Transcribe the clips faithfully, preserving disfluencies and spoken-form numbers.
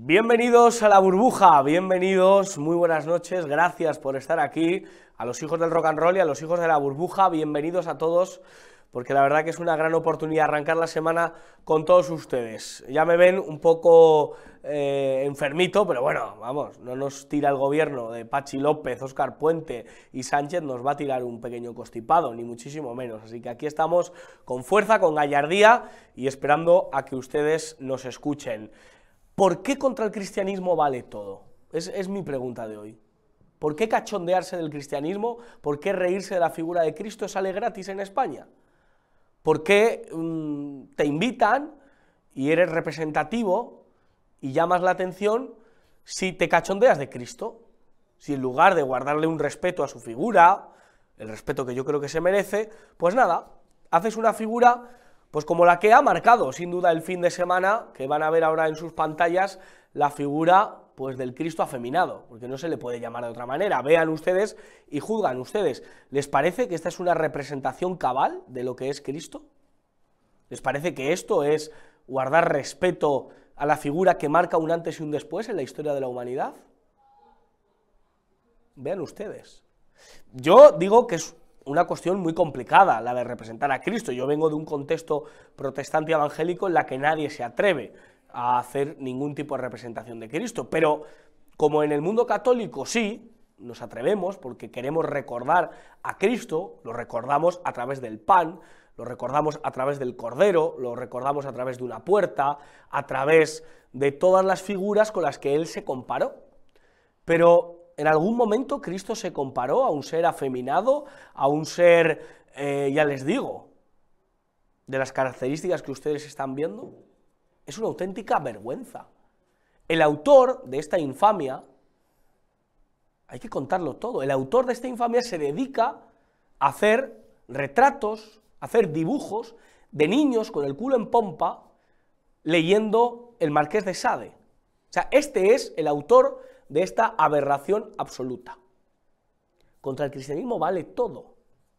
Bienvenidos a La Burbuja, bienvenidos, muy buenas noches, gracias por estar aquí, a los hijos del rock and roll y a los hijos de La Burbuja, bienvenidos a todos, porque la verdad que es una gran oportunidad arrancar la semana con todos ustedes. Ya me ven un poco eh, enfermito, pero bueno, vamos, no nos tira el gobierno de Pachi López, Óscar Puente y Sánchez, nos va a tirar un pequeño constipado, ni muchísimo menos, así que aquí estamos con fuerza, con gallardía y esperando a que ustedes nos escuchen. ¿Por qué contra el cristianismo vale todo? Es, es mi pregunta de hoy. ¿Por qué cachondearse del cristianismo? ¿Por qué reírse de la figura de Cristo sale gratis en España? ¿Por qué mmm, te invitan y eres representativo y llamas la atención si te cachondeas de Cristo? Si en lugar de guardarle un respeto a su figura, el respeto que yo creo que se merece, pues nada, haces una figura pues como la que ha marcado sin duda el fin de semana, que van a ver ahora en sus pantallas, la figura pues del Cristo afeminado, porque no se le puede llamar de otra manera. Vean ustedes y juzgan ustedes. ¿Les parece que esta es una representación cabal de lo que es Cristo? ¿Les parece que esto es guardar respeto a la figura que marca un antes y un después en la historia de la humanidad? Vean ustedes. Yo digo que es una cuestión muy complicada, la de representar a Cristo. Yo vengo de un contexto protestante y evangélico en la que nadie se atreve a hacer ningún tipo de representación de Cristo, pero como en el mundo católico sí, nos atrevemos porque queremos recordar a Cristo, lo recordamos a través del pan, lo recordamos a través del cordero, lo recordamos a través de una puerta, a través de todas las figuras con las que él se comparó, pero ¿en algún momento Cristo se comparó a un ser afeminado, a un ser, eh, ya les digo, de las características que ustedes están viendo? Es una auténtica vergüenza. El autor de esta infamia, hay que contarlo todo, el autor de esta infamia se dedica a hacer retratos, a hacer dibujos de niños con el culo en pompa leyendo el Marqués de Sade. O sea, este es el autor de esta aberración absoluta. Contra el cristianismo vale todo.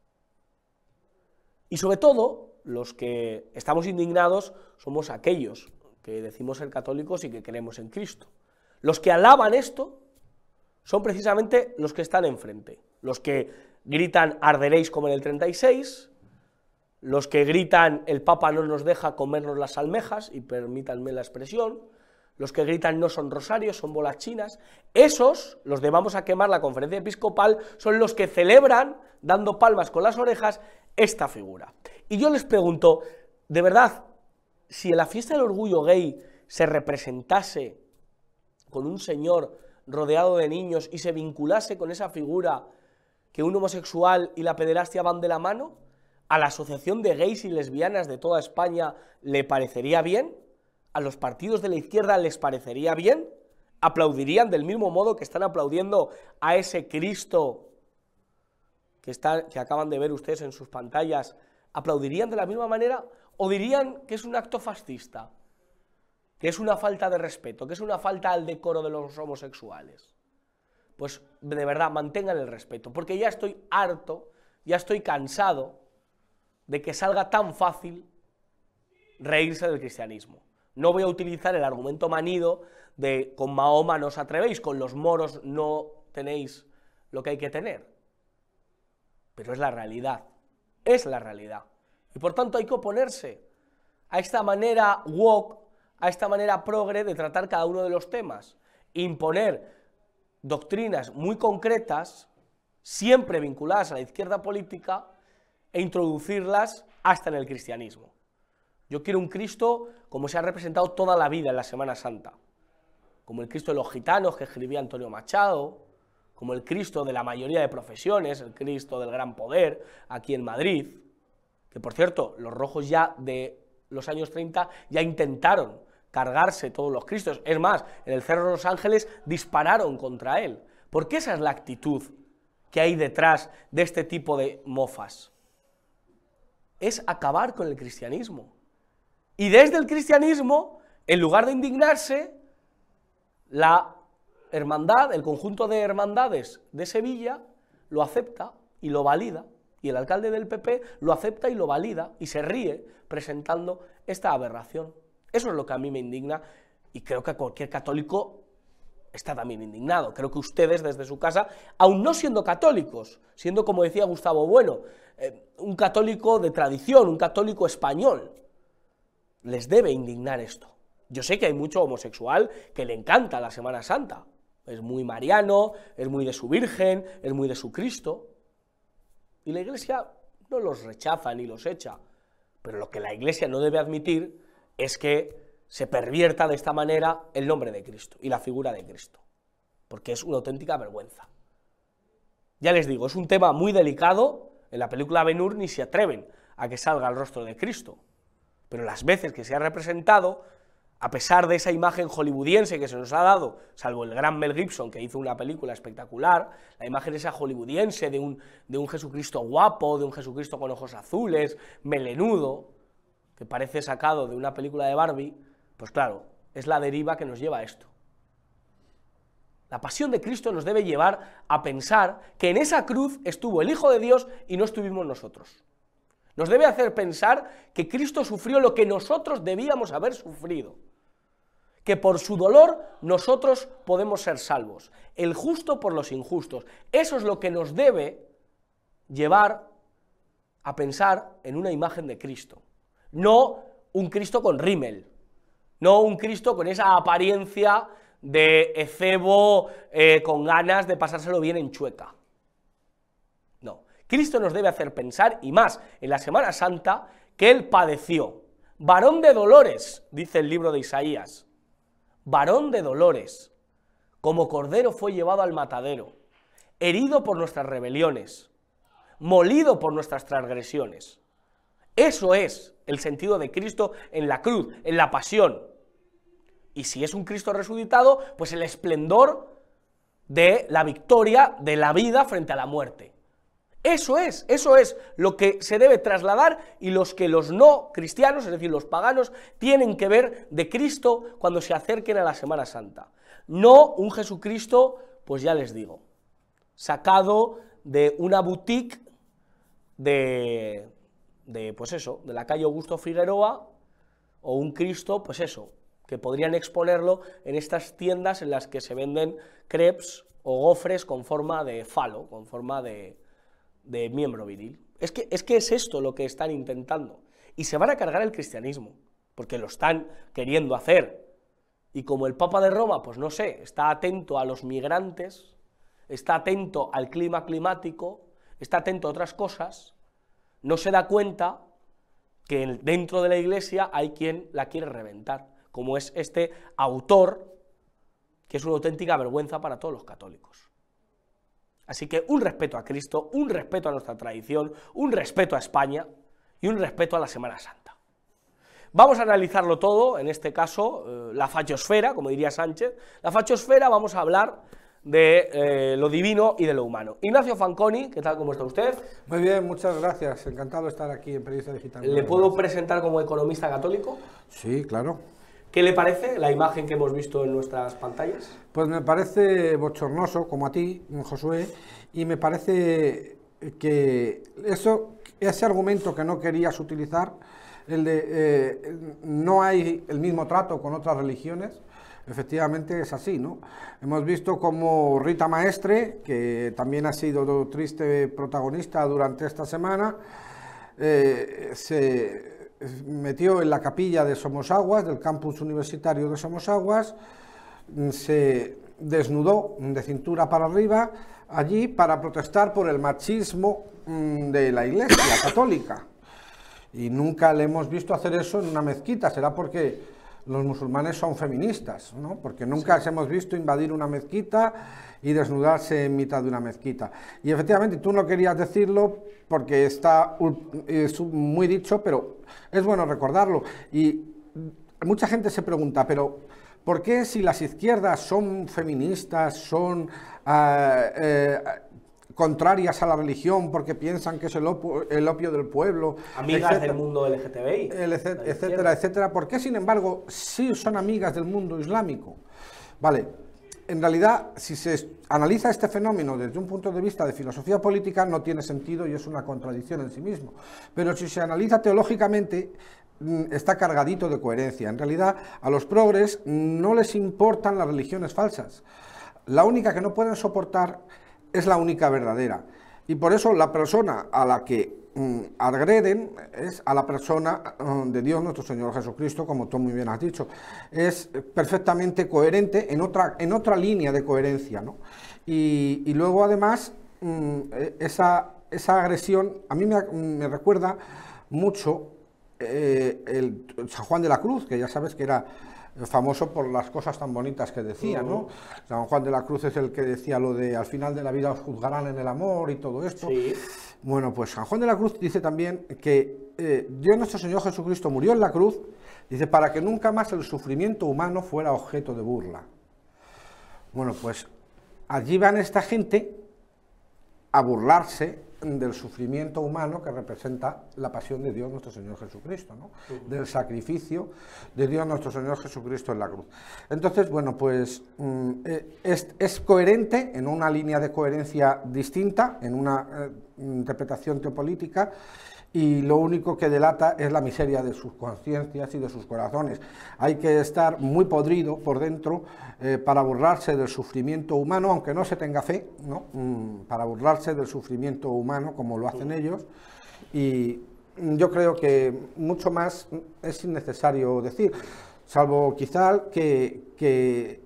Y sobre todo, los que estamos indignados somos aquellos que decimos ser católicos y que creemos en Cristo. Los que alaban esto son precisamente los que están enfrente, los que gritan arderéis como en el treinta y seis, los que gritan el Papa no nos deja comernos las almejas, y permítanme la expresión, los que gritan no son rosarios, son bolas chinas, esos, los de vamos a quemar la conferencia episcopal, son los que celebran, dando palmas con las orejas, esta figura. Y yo les pregunto, de verdad, si en la fiesta del orgullo gay se representase con un señor rodeado de niños y se vinculase con esa figura que un homosexual y la pederastia van de la mano, ¿a la asociación de gays y lesbianas de toda España le parecería bien? ¿A los partidos de la izquierda les parecería bien? ¿Aplaudirían del mismo modo que están aplaudiendo a ese Cristo que, está, que acaban de ver ustedes en sus pantallas? ¿Aplaudirían de la misma manera o dirían que es un acto fascista, que es una falta de respeto, que es una falta al decoro de los homosexuales? Pues de verdad, mantengan el respeto, porque ya estoy harto, ya estoy cansado de que salga tan fácil reírse del cristianismo. No voy a utilizar el argumento manido de con Mahoma no os atrevéis, con los moros no tenéis lo que hay que tener. Pero es la realidad, es la realidad. Y por tanto hay que oponerse a esta manera woke, a esta manera progre de tratar cada uno de los temas, imponer doctrinas muy concretas, siempre vinculadas a la izquierda política, e introducirlas hasta en el cristianismo. Yo quiero un Cristo como se ha representado toda la vida en la Semana Santa, como el Cristo de los gitanos que escribía Antonio Machado, como el Cristo de la mayoría de profesiones, el Cristo del Gran Poder, aquí en Madrid, que por cierto, los rojos ya de los años treinta ya intentaron cargarse todos los Cristos, es más, en el Cerro de los Ángeles dispararon contra él, porque esa es la actitud que hay detrás de este tipo de mofas, es acabar con el cristianismo. Y desde el cristianismo, en lugar de indignarse, la hermandad, el conjunto de hermandades de Sevilla, lo acepta y lo valida, y el alcalde del P P lo acepta y lo valida, y se ríe presentando esta aberración. Eso es lo que a mí me indigna, Y creo que cualquier católico está también indignado. Creo que ustedes desde su casa, aun no siendo católicos, siendo, como decía Gustavo Bueno, eh, un católico de tradición, un católico español, les debe indignar esto. Yo sé que hay mucho homosexual que le encanta la Semana Santa, es muy mariano, es muy de su Virgen, es muy de su Cristo, y la Iglesia no los rechaza ni los echa, pero lo que la Iglesia no debe admitir es que se pervierta de esta manera el nombre de Cristo y la figura de Cristo, porque es una auténtica vergüenza. Ya les digo, es un tema muy delicado. En la película Ben-Hur ni se atreven a que salga el rostro de Cristo, pero las veces que se ha representado, a pesar de esa imagen hollywoodiense que se nos ha dado, salvo el gran Mel Gibson, que hizo una película espectacular, la imagen esa hollywoodiense de un, de un Jesucristo guapo, de un Jesucristo con ojos azules, melenudo, que parece sacado de una película de Barbie, pues claro, es la deriva que nos lleva a esto. La pasión de Cristo nos debe llevar a pensar que en esa cruz estuvo el Hijo de Dios y no estuvimos nosotros. Nos debe hacer pensar que Cristo sufrió lo que nosotros debíamos haber sufrido, que por su dolor nosotros podemos ser salvos, el justo por los injustos. Eso es lo que nos debe llevar a pensar en una imagen de Cristo, no un Cristo con rímel, no un Cristo con esa apariencia de efebo eh, con ganas de pasárselo bien en Chueca. No, Cristo nos debe hacer pensar, y más en la Semana Santa, que Él padeció. Varón de dolores, dice el libro de Isaías, varón de dolores, como cordero fue llevado al matadero, herido por nuestras rebeliones, molido por nuestras transgresiones. Eso es el sentido de Cristo en la cruz, en la pasión. Y si es un Cristo resucitado, pues el esplendor de la victoria de la vida frente a la muerte. Eso es, eso es lo que se debe trasladar, y los que los no cristianos, es decir, los paganos, tienen que ver de Cristo cuando se acerquen a la Semana Santa. No un Jesucristo, pues ya les digo, sacado de una boutique de, de pues eso, de la calle Augusto Figueroa, o un Cristo, pues eso, que podrían exponerlo en estas tiendas en las que se venden crepes o gofres con forma de falo, con forma de, de miembro viril. Es que, es que es esto lo que están intentando, y se van a cargar el cristianismo, porque lo están queriendo hacer, y como el Papa de Roma, pues no sé, está atento a los migrantes, está atento al clima climático, está atento a otras cosas, no se da cuenta que dentro de la Iglesia hay quien la quiere reventar, como es este autor, que es una auténtica vergüenza para todos los católicos. Así que un respeto a Cristo, un respeto a nuestra tradición, un respeto a España y un respeto a la Semana Santa. Vamos a analizarlo todo, en este caso, eh, la fachosfera, como diría Sánchez. La fachosfera, vamos a hablar de eh, lo divino y de lo humano. Ignacio Fanconi, ¿qué tal, cómo está usted? Muy bien, muchas gracias, encantado de estar aquí en Periodista Digital. ¿Le puedo presentar como economista católico? Sí, claro. ¿Qué le parece la imagen que hemos visto en nuestras pantallas? Pues me parece bochornoso, como a ti, Josué, y me parece que eso, ese argumento que no querías utilizar, el de eh, no hay el mismo trato con otras religiones, efectivamente es así, ¿no? Hemos visto como Rita Maestre, que también ha sido triste protagonista durante esta semana, eh, se metió en la capilla de Somosaguas, del campus universitario de Somosaguas, se desnudó de cintura para arriba allí para protestar por el machismo de la Iglesia católica. Y nunca le hemos visto hacer eso en una mezquita, será porque los musulmanes son feministas, ¿no? Porque nunca sí. hemos visto invadir una mezquita y desnudarse en mitad de una mezquita. Y efectivamente tú no querías decirlo porque está es muy dicho, pero es bueno recordarlo. Y mucha gente se pregunta, pero ¿por qué si las izquierdas son feministas, son eh, eh, contrarias a la religión porque piensan que es el, op el opio del pueblo, amigas etcétera, del mundo L G T B I, el, etcétera, etcétera, ¿por qué sin embargo sí son amigas del mundo islámico? Vale, en realidad si se analiza este fenómeno desde un punto de vista de filosofía política no tiene sentido y es una contradicción en sí mismo, pero si se analiza teológicamente está cargadito de coherencia. En realidad, a los progres no les importan las religiones falsas. La única que no pueden soportar es la única verdadera. Y por eso la persona a la que mm, agreden es a la persona mm, de Dios nuestro Señor Jesucristo, como tú muy bien has dicho. Es perfectamente coherente en otra, en otra línea de coherencia, ¿no? Y, y luego además mm, esa, esa agresión a mí me, me recuerda mucho eh, el San Juan de la Cruz, que ya sabes que era famoso por las cosas tan bonitas que decía, ¿no? San Juan de la Cruz es el que decía lo de al final de la vida os juzgarán en el amor y todo esto. Sí. Bueno, pues San Juan de la Cruz dice también que eh, Dios nuestro Señor Jesucristo murió en la cruz, dice, para que nunca más el sufrimiento humano fuera objeto de burla. Bueno, pues allí van esta gente a burlarse del sufrimiento humano que representa la pasión de Dios nuestro Señor Jesucristo, ¿no? Uh-huh. Del sacrificio de Dios nuestro Señor Jesucristo en la cruz. Entonces, bueno, pues es, es coherente, en una línea de coherencia distinta, en una eh, interpretación teopolítica, y lo único que delata es la miseria de sus conciencias y de sus corazones. Hay que estar muy podrido por dentro eh, para burlarse del sufrimiento humano, aunque no se tenga fe, ¿no? Mm, para burlarse del sufrimiento humano, como lo hacen ellos, y yo creo que mucho más es innecesario decir, salvo quizá que, que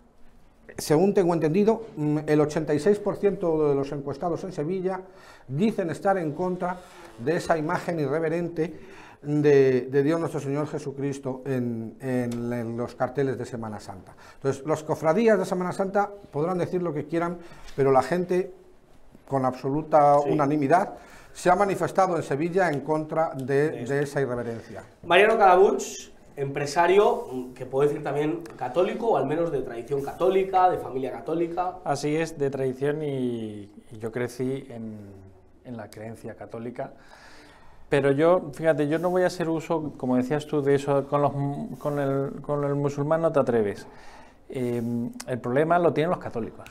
según tengo entendido, el ochenta y seis por ciento de los encuestados en Sevilla dicen estar en contra de esa imagen irreverente de, de Dios nuestro Señor Jesucristo en, en, en los carteles de Semana Santa. Entonces, los cofradías de Semana Santa podrán decir lo que quieran, pero la gente, con absoluta sí. unanimidad, se ha manifestado en Sevilla en contra de, de esa irreverencia. Mariano Calabuig, empresario, que puedo decir también católico, o al menos de tradición católica, de familia católica. Así es, de tradición, y, y yo crecí en, en la creencia católica, pero yo, fíjate, yo no voy a hacer uso, como decías tú, de eso, con, los, con, el, con el musulmán no te atreves. Eh, el problema lo tienen los católicos.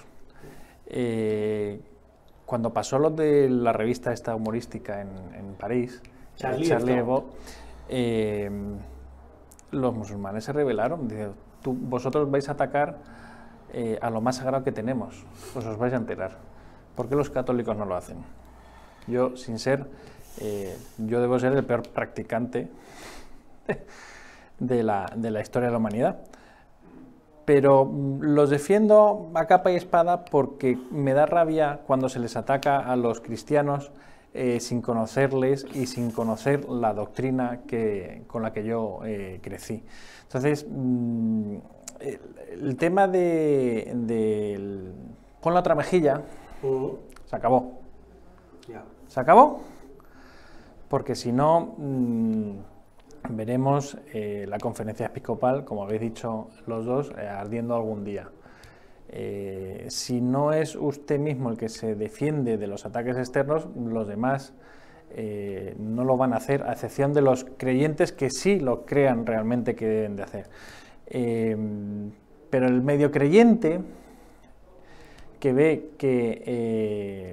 Eh, cuando pasó lo de la revista esta humorística en, en París, Charlie, Charlie Hebdo, eh, los musulmanes se rebelaron, dicen, tú, vosotros vais a atacar eh, a lo más sagrado que tenemos, pues os vais a enterar. ¿Por qué los católicos no lo hacen? Yo, sin ser, eh, yo debo ser el peor practicante de la, de la historia de la humanidad, pero los defiendo a capa y espada porque me da rabia cuando se les ataca a los cristianos Eh, sin conocerles y sin conocer la doctrina que, con la que yo eh, crecí. Entonces, mmm, el, el tema de, de el, pon la otra mejilla, uh-huh. se acabó. Yeah. Se acabó, porque si no, mmm, veremos eh, la conferencia episcopal, como habéis dicho los dos, eh, ardiendo algún día. Eh, si no es usted mismo el que se defiende de los ataques externos, los demás eh, no lo van a hacer, a excepción de los creyentes que sí lo crean realmente que deben de hacer. Eh, pero el medio creyente que ve que, eh,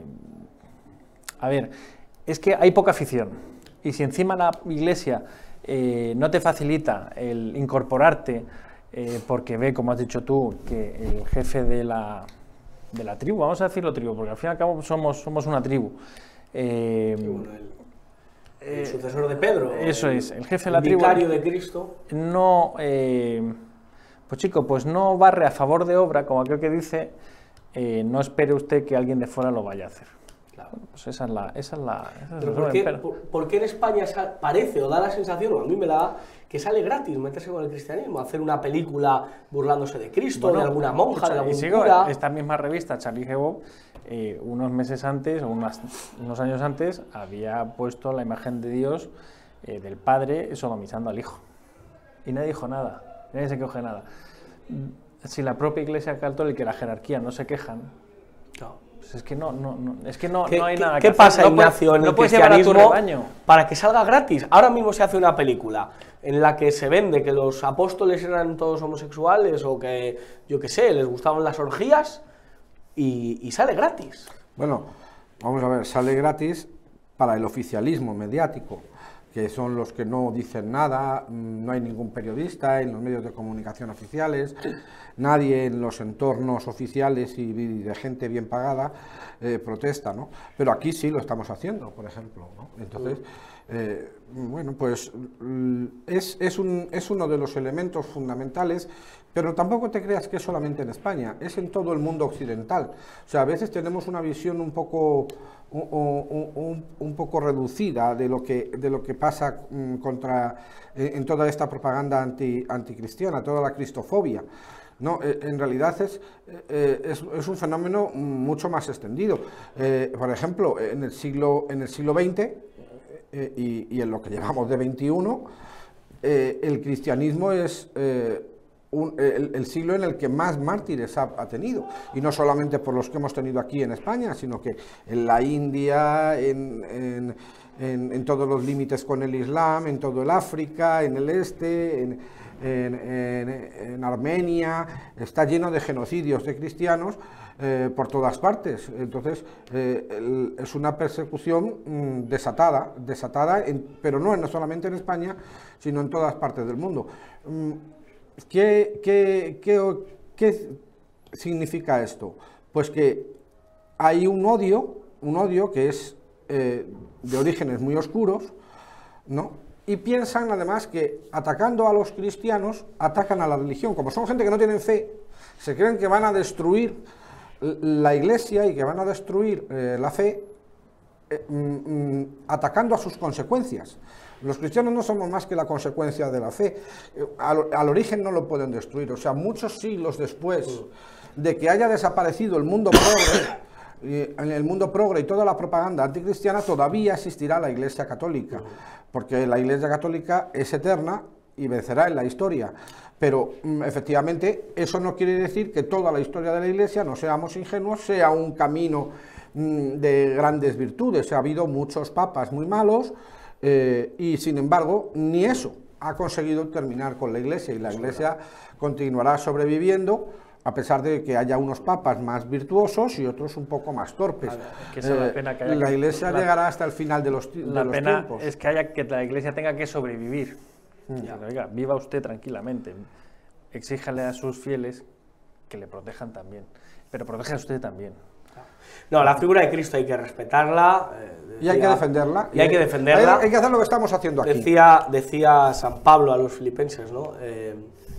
a ver, es que hay poca afición, y si encima la Iglesia eh, no te facilita el incorporarte, Eh, porque ve, como has dicho tú, que el jefe de la, de la tribu, vamos a decirlo tribu, porque al fin y al cabo somos, somos una tribu. Eh, sí, bueno, el, el eh, sucesor de Pedro. Eso el, es, el jefe el de la tribu. Vicario de Cristo. No, eh, pues chico, pues no barre a favor de obra, como aquel que dice, eh, no espere usted que alguien de fuera lo vaya a hacer. Claro. Bueno, pues esa es la... Esa es la esa es ¿Pero por, qué, por, ¿Por qué en España parece o da la sensación, o a mí me la da, que sale gratis meterse con el cristianismo, hacer una película burlándose de Cristo, bueno, de alguna monja, de algún y sigo, cura? Esta misma revista, Charlie Hebdo, eh, unos meses antes, o unas, unos años antes, había puesto la imagen de Dios, eh, del padre, sodomizando al hijo. Y nadie dijo nada, nadie se quejó de nada. Si la propia Iglesia Católica y la jerarquía no se quejan, no. Es que no, no, no, es que no, no hay nada que hacer. ¿Qué pasa, no Ignacio, puedes, en no el puedes llevar a tu cristianismo para que salga gratis? Ahora mismo se hace una película en la que se vende que los apóstoles eran todos homosexuales o que, yo qué sé, les gustaban las orgías y, y sale gratis. Bueno, vamos a ver, sale gratis para el oficialismo mediático, que son los que no dicen nada, no hay ningún periodista en los medios de comunicación oficiales, nadie en los entornos oficiales y de gente bien pagada eh, protesta, ¿no? Pero aquí sí lo estamos haciendo, por ejemplo, ¿no? Entonces, eh, bueno, pues es, es, un, es uno de los elementos fundamentales, pero tampoco te creas que es solamente en España, es en todo el mundo occidental. O sea, a veces tenemos una visión un poco... Un, un, un poco reducida de lo que, de lo que pasa um, contra, eh, en toda esta propaganda anti, anticristiana, toda la cristofobia. No, eh, en realidad es, eh, es, es un fenómeno mucho más extendido. Eh, por ejemplo, en el siglo, en el siglo veinte eh, y, y en lo que llevamos de veintiuno, eh, el cristianismo es... Eh, Un, el, el siglo en el que más mártires ha, ha tenido, y no solamente por los que hemos tenido aquí en España, sino que en la India, en, en, en, en todos los límites con el Islam, en todo el África, en el este, en, en, en, en Armenia, está lleno de genocidios de cristianos eh, por todas partes. Entonces eh, el, es una persecución mmm, desatada, desatada en, pero no, no solamente en España, sino en todas partes del mundo. Mm, ¿Qué, qué, qué, ¿Qué significa esto? Pues que hay un odio, un odio que es eh, de orígenes muy oscuros, ¿no? Y piensan además que atacando a los cristianos, atacan a la religión. Como son gente que no tienen fe, se creen que van a destruir la Iglesia y que van a destruir eh, la fe, eh, mm, atacando a sus consecuencias. Los cristianos no somos más que la consecuencia de la fe, al, al origen no lo pueden destruir, o sea, muchos siglos después de que haya desaparecido el mundo progre, en el mundo progre y toda la propaganda anticristiana, todavía existirá la Iglesia Católica, porque la Iglesia Católica es eterna y vencerá en la historia, pero efectivamente eso no quiere decir que toda la historia de la Iglesia, no seamos ingenuos, sea un camino de grandes virtudes. Ha habido muchos papas muy malos, Eh, y sin embargo, ni eso ha conseguido terminar con la Iglesia, y la Iglesia continuará sobreviviendo a pesar de que haya unos papas más virtuosos y otros un poco más torpes. Ver, que esa eh, la pena que haya la que, Iglesia la, llegará hasta el final de los, de la los pena tiempos. Es que haya que la Iglesia tenga que sobrevivir. Mm. Ya, oiga, viva usted tranquilamente, exíjale a sus fieles que le protejan también, pero proteja a usted también. No, la figura de Cristo hay que respetarla. Eh, decía, y hay que defenderla. Y hay que defenderla. Hay, hay que hacer lo que estamos haciendo aquí. Decía, decía San Pablo a los filipenses, ¿no? Eh,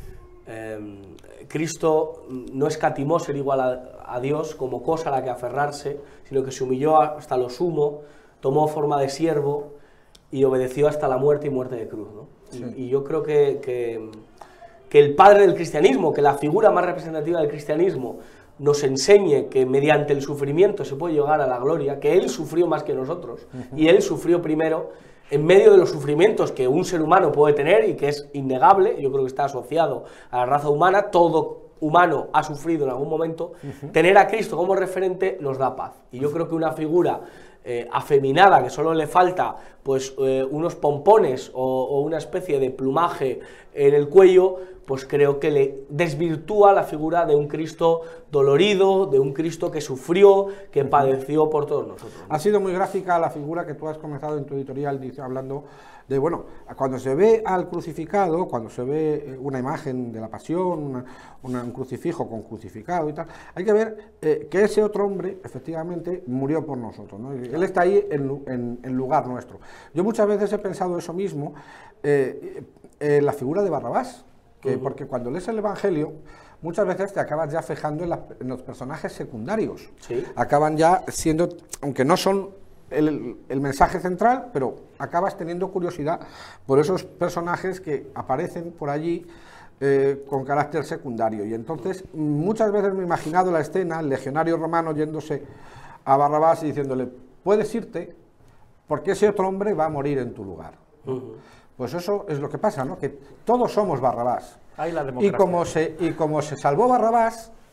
eh, Cristo no escatimó ser igual a, a Dios como cosa a la que aferrarse, sino que se humilló hasta lo sumo, tomó forma de siervo y obedeció hasta la muerte y muerte de cruz, ¿no? Sí. Y, y yo creo que, que, que el padre del cristianismo, que la figura más representativa del cristianismo, nos enseñe que mediante el sufrimiento se puede llegar a la gloria, que Él sufrió más que nosotros, uh-huh. y Él sufrió primero, en medio de los sufrimientos que un ser humano puede tener y que es innegable, yo creo que está asociado a la raza humana, todo humano ha sufrido en algún momento, uh-huh. tener a Cristo como referente nos da paz. Y yo creo que una figura eh, afeminada, que solo le falta pues eh, unos pompones o, o una especie de plumaje en el cuello, pues creo que le desvirtúa la figura de un Cristo dolorido, de un Cristo que sufrió, que padeció por todos nosotros, ¿no? Ha sido muy gráfica la figura que tú has comenzado en tu editorial, hablando de, bueno, cuando se ve al crucificado, cuando se ve una imagen de la pasión, una, una, un crucifijo con crucificado y tal, hay que ver eh, que ese otro hombre, efectivamente, murió por nosotros, ¿no? Él está ahí en, en, en lugar nuestro. Yo muchas veces he pensado eso mismo, eh, eh, la figura de Barrabás, que, uh-huh. porque cuando lees el Evangelio, muchas veces te acabas ya fijando en, la, en los personajes secundarios. ¿Sí? Acaban ya siendo, aunque no son el, el mensaje central, pero acabas teniendo curiosidad por esos personajes que aparecen por allí eh, con carácter secundario. Y entonces muchas veces me he imaginado la escena, el legionario romano yéndose a Barrabás y diciéndole, puedes irte porque ese otro hombre va a morir en tu lugar. Uh-huh. Pues eso es lo que pasa, ¿no? Que todos somos Barrabás. Hay la democracia. Y como se, y como se salvó Barrabás,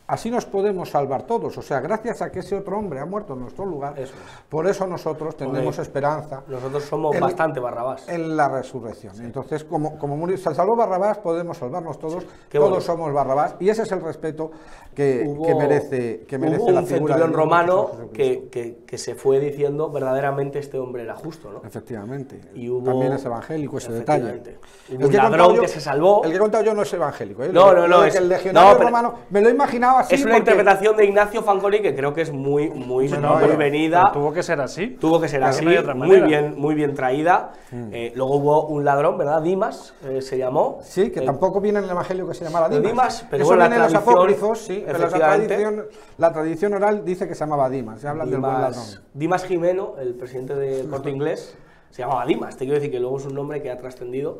así nos podemos salvar todos. O sea, gracias a que ese otro hombre ha muerto en nuestro lugar, Eso es. por eso nosotros tendremos Hombre, esperanza. Nosotros somos en, bastante Barrabás. En la resurrección. Sí. Entonces, como, como murió, se salvó Barrabás, podemos salvarnos todos. Sí, todos bueno. somos Barrabás. Y ese es el respeto que, hubo, que merece, que merece hubo la un figura centurión de romano que, que, que se fue diciendo verdaderamente este hombre era justo, ¿no? Efectivamente. Y hubo, también es evangélico ese detalle. Hubo un ladrón yo, que se salvó. El que he contado yo no es evangélico. ¿eh? No, no, no. Es, es, el legionario no, romano, me lo he imaginado así. Es una porque, interpretación de Ignacio Fanconi que creo que es muy, muy, no, muy no, pero, venida. Pero tuvo que ser así. Tuvo que ser Claro, así, no hay otra muy manera. bien, muy bien traída. Mm. Eh, luego hubo un ladrón, ¿verdad? Dimas eh, se llamó. Sí, que eh, tampoco viene en el Evangelio que se llamaba Dimas. Dimas pero eso bueno, viene en los apócrifos, sí, pero la efectivamente, tradición, la tradición oral dice que se llamaba Dimas. Se hablan Dimas, del buen ladrón. Dimas Jimeno, el presidente del Corte Inglés, se llamaba Dimas. Te quiero decir que luego es un nombre que ha trascendido.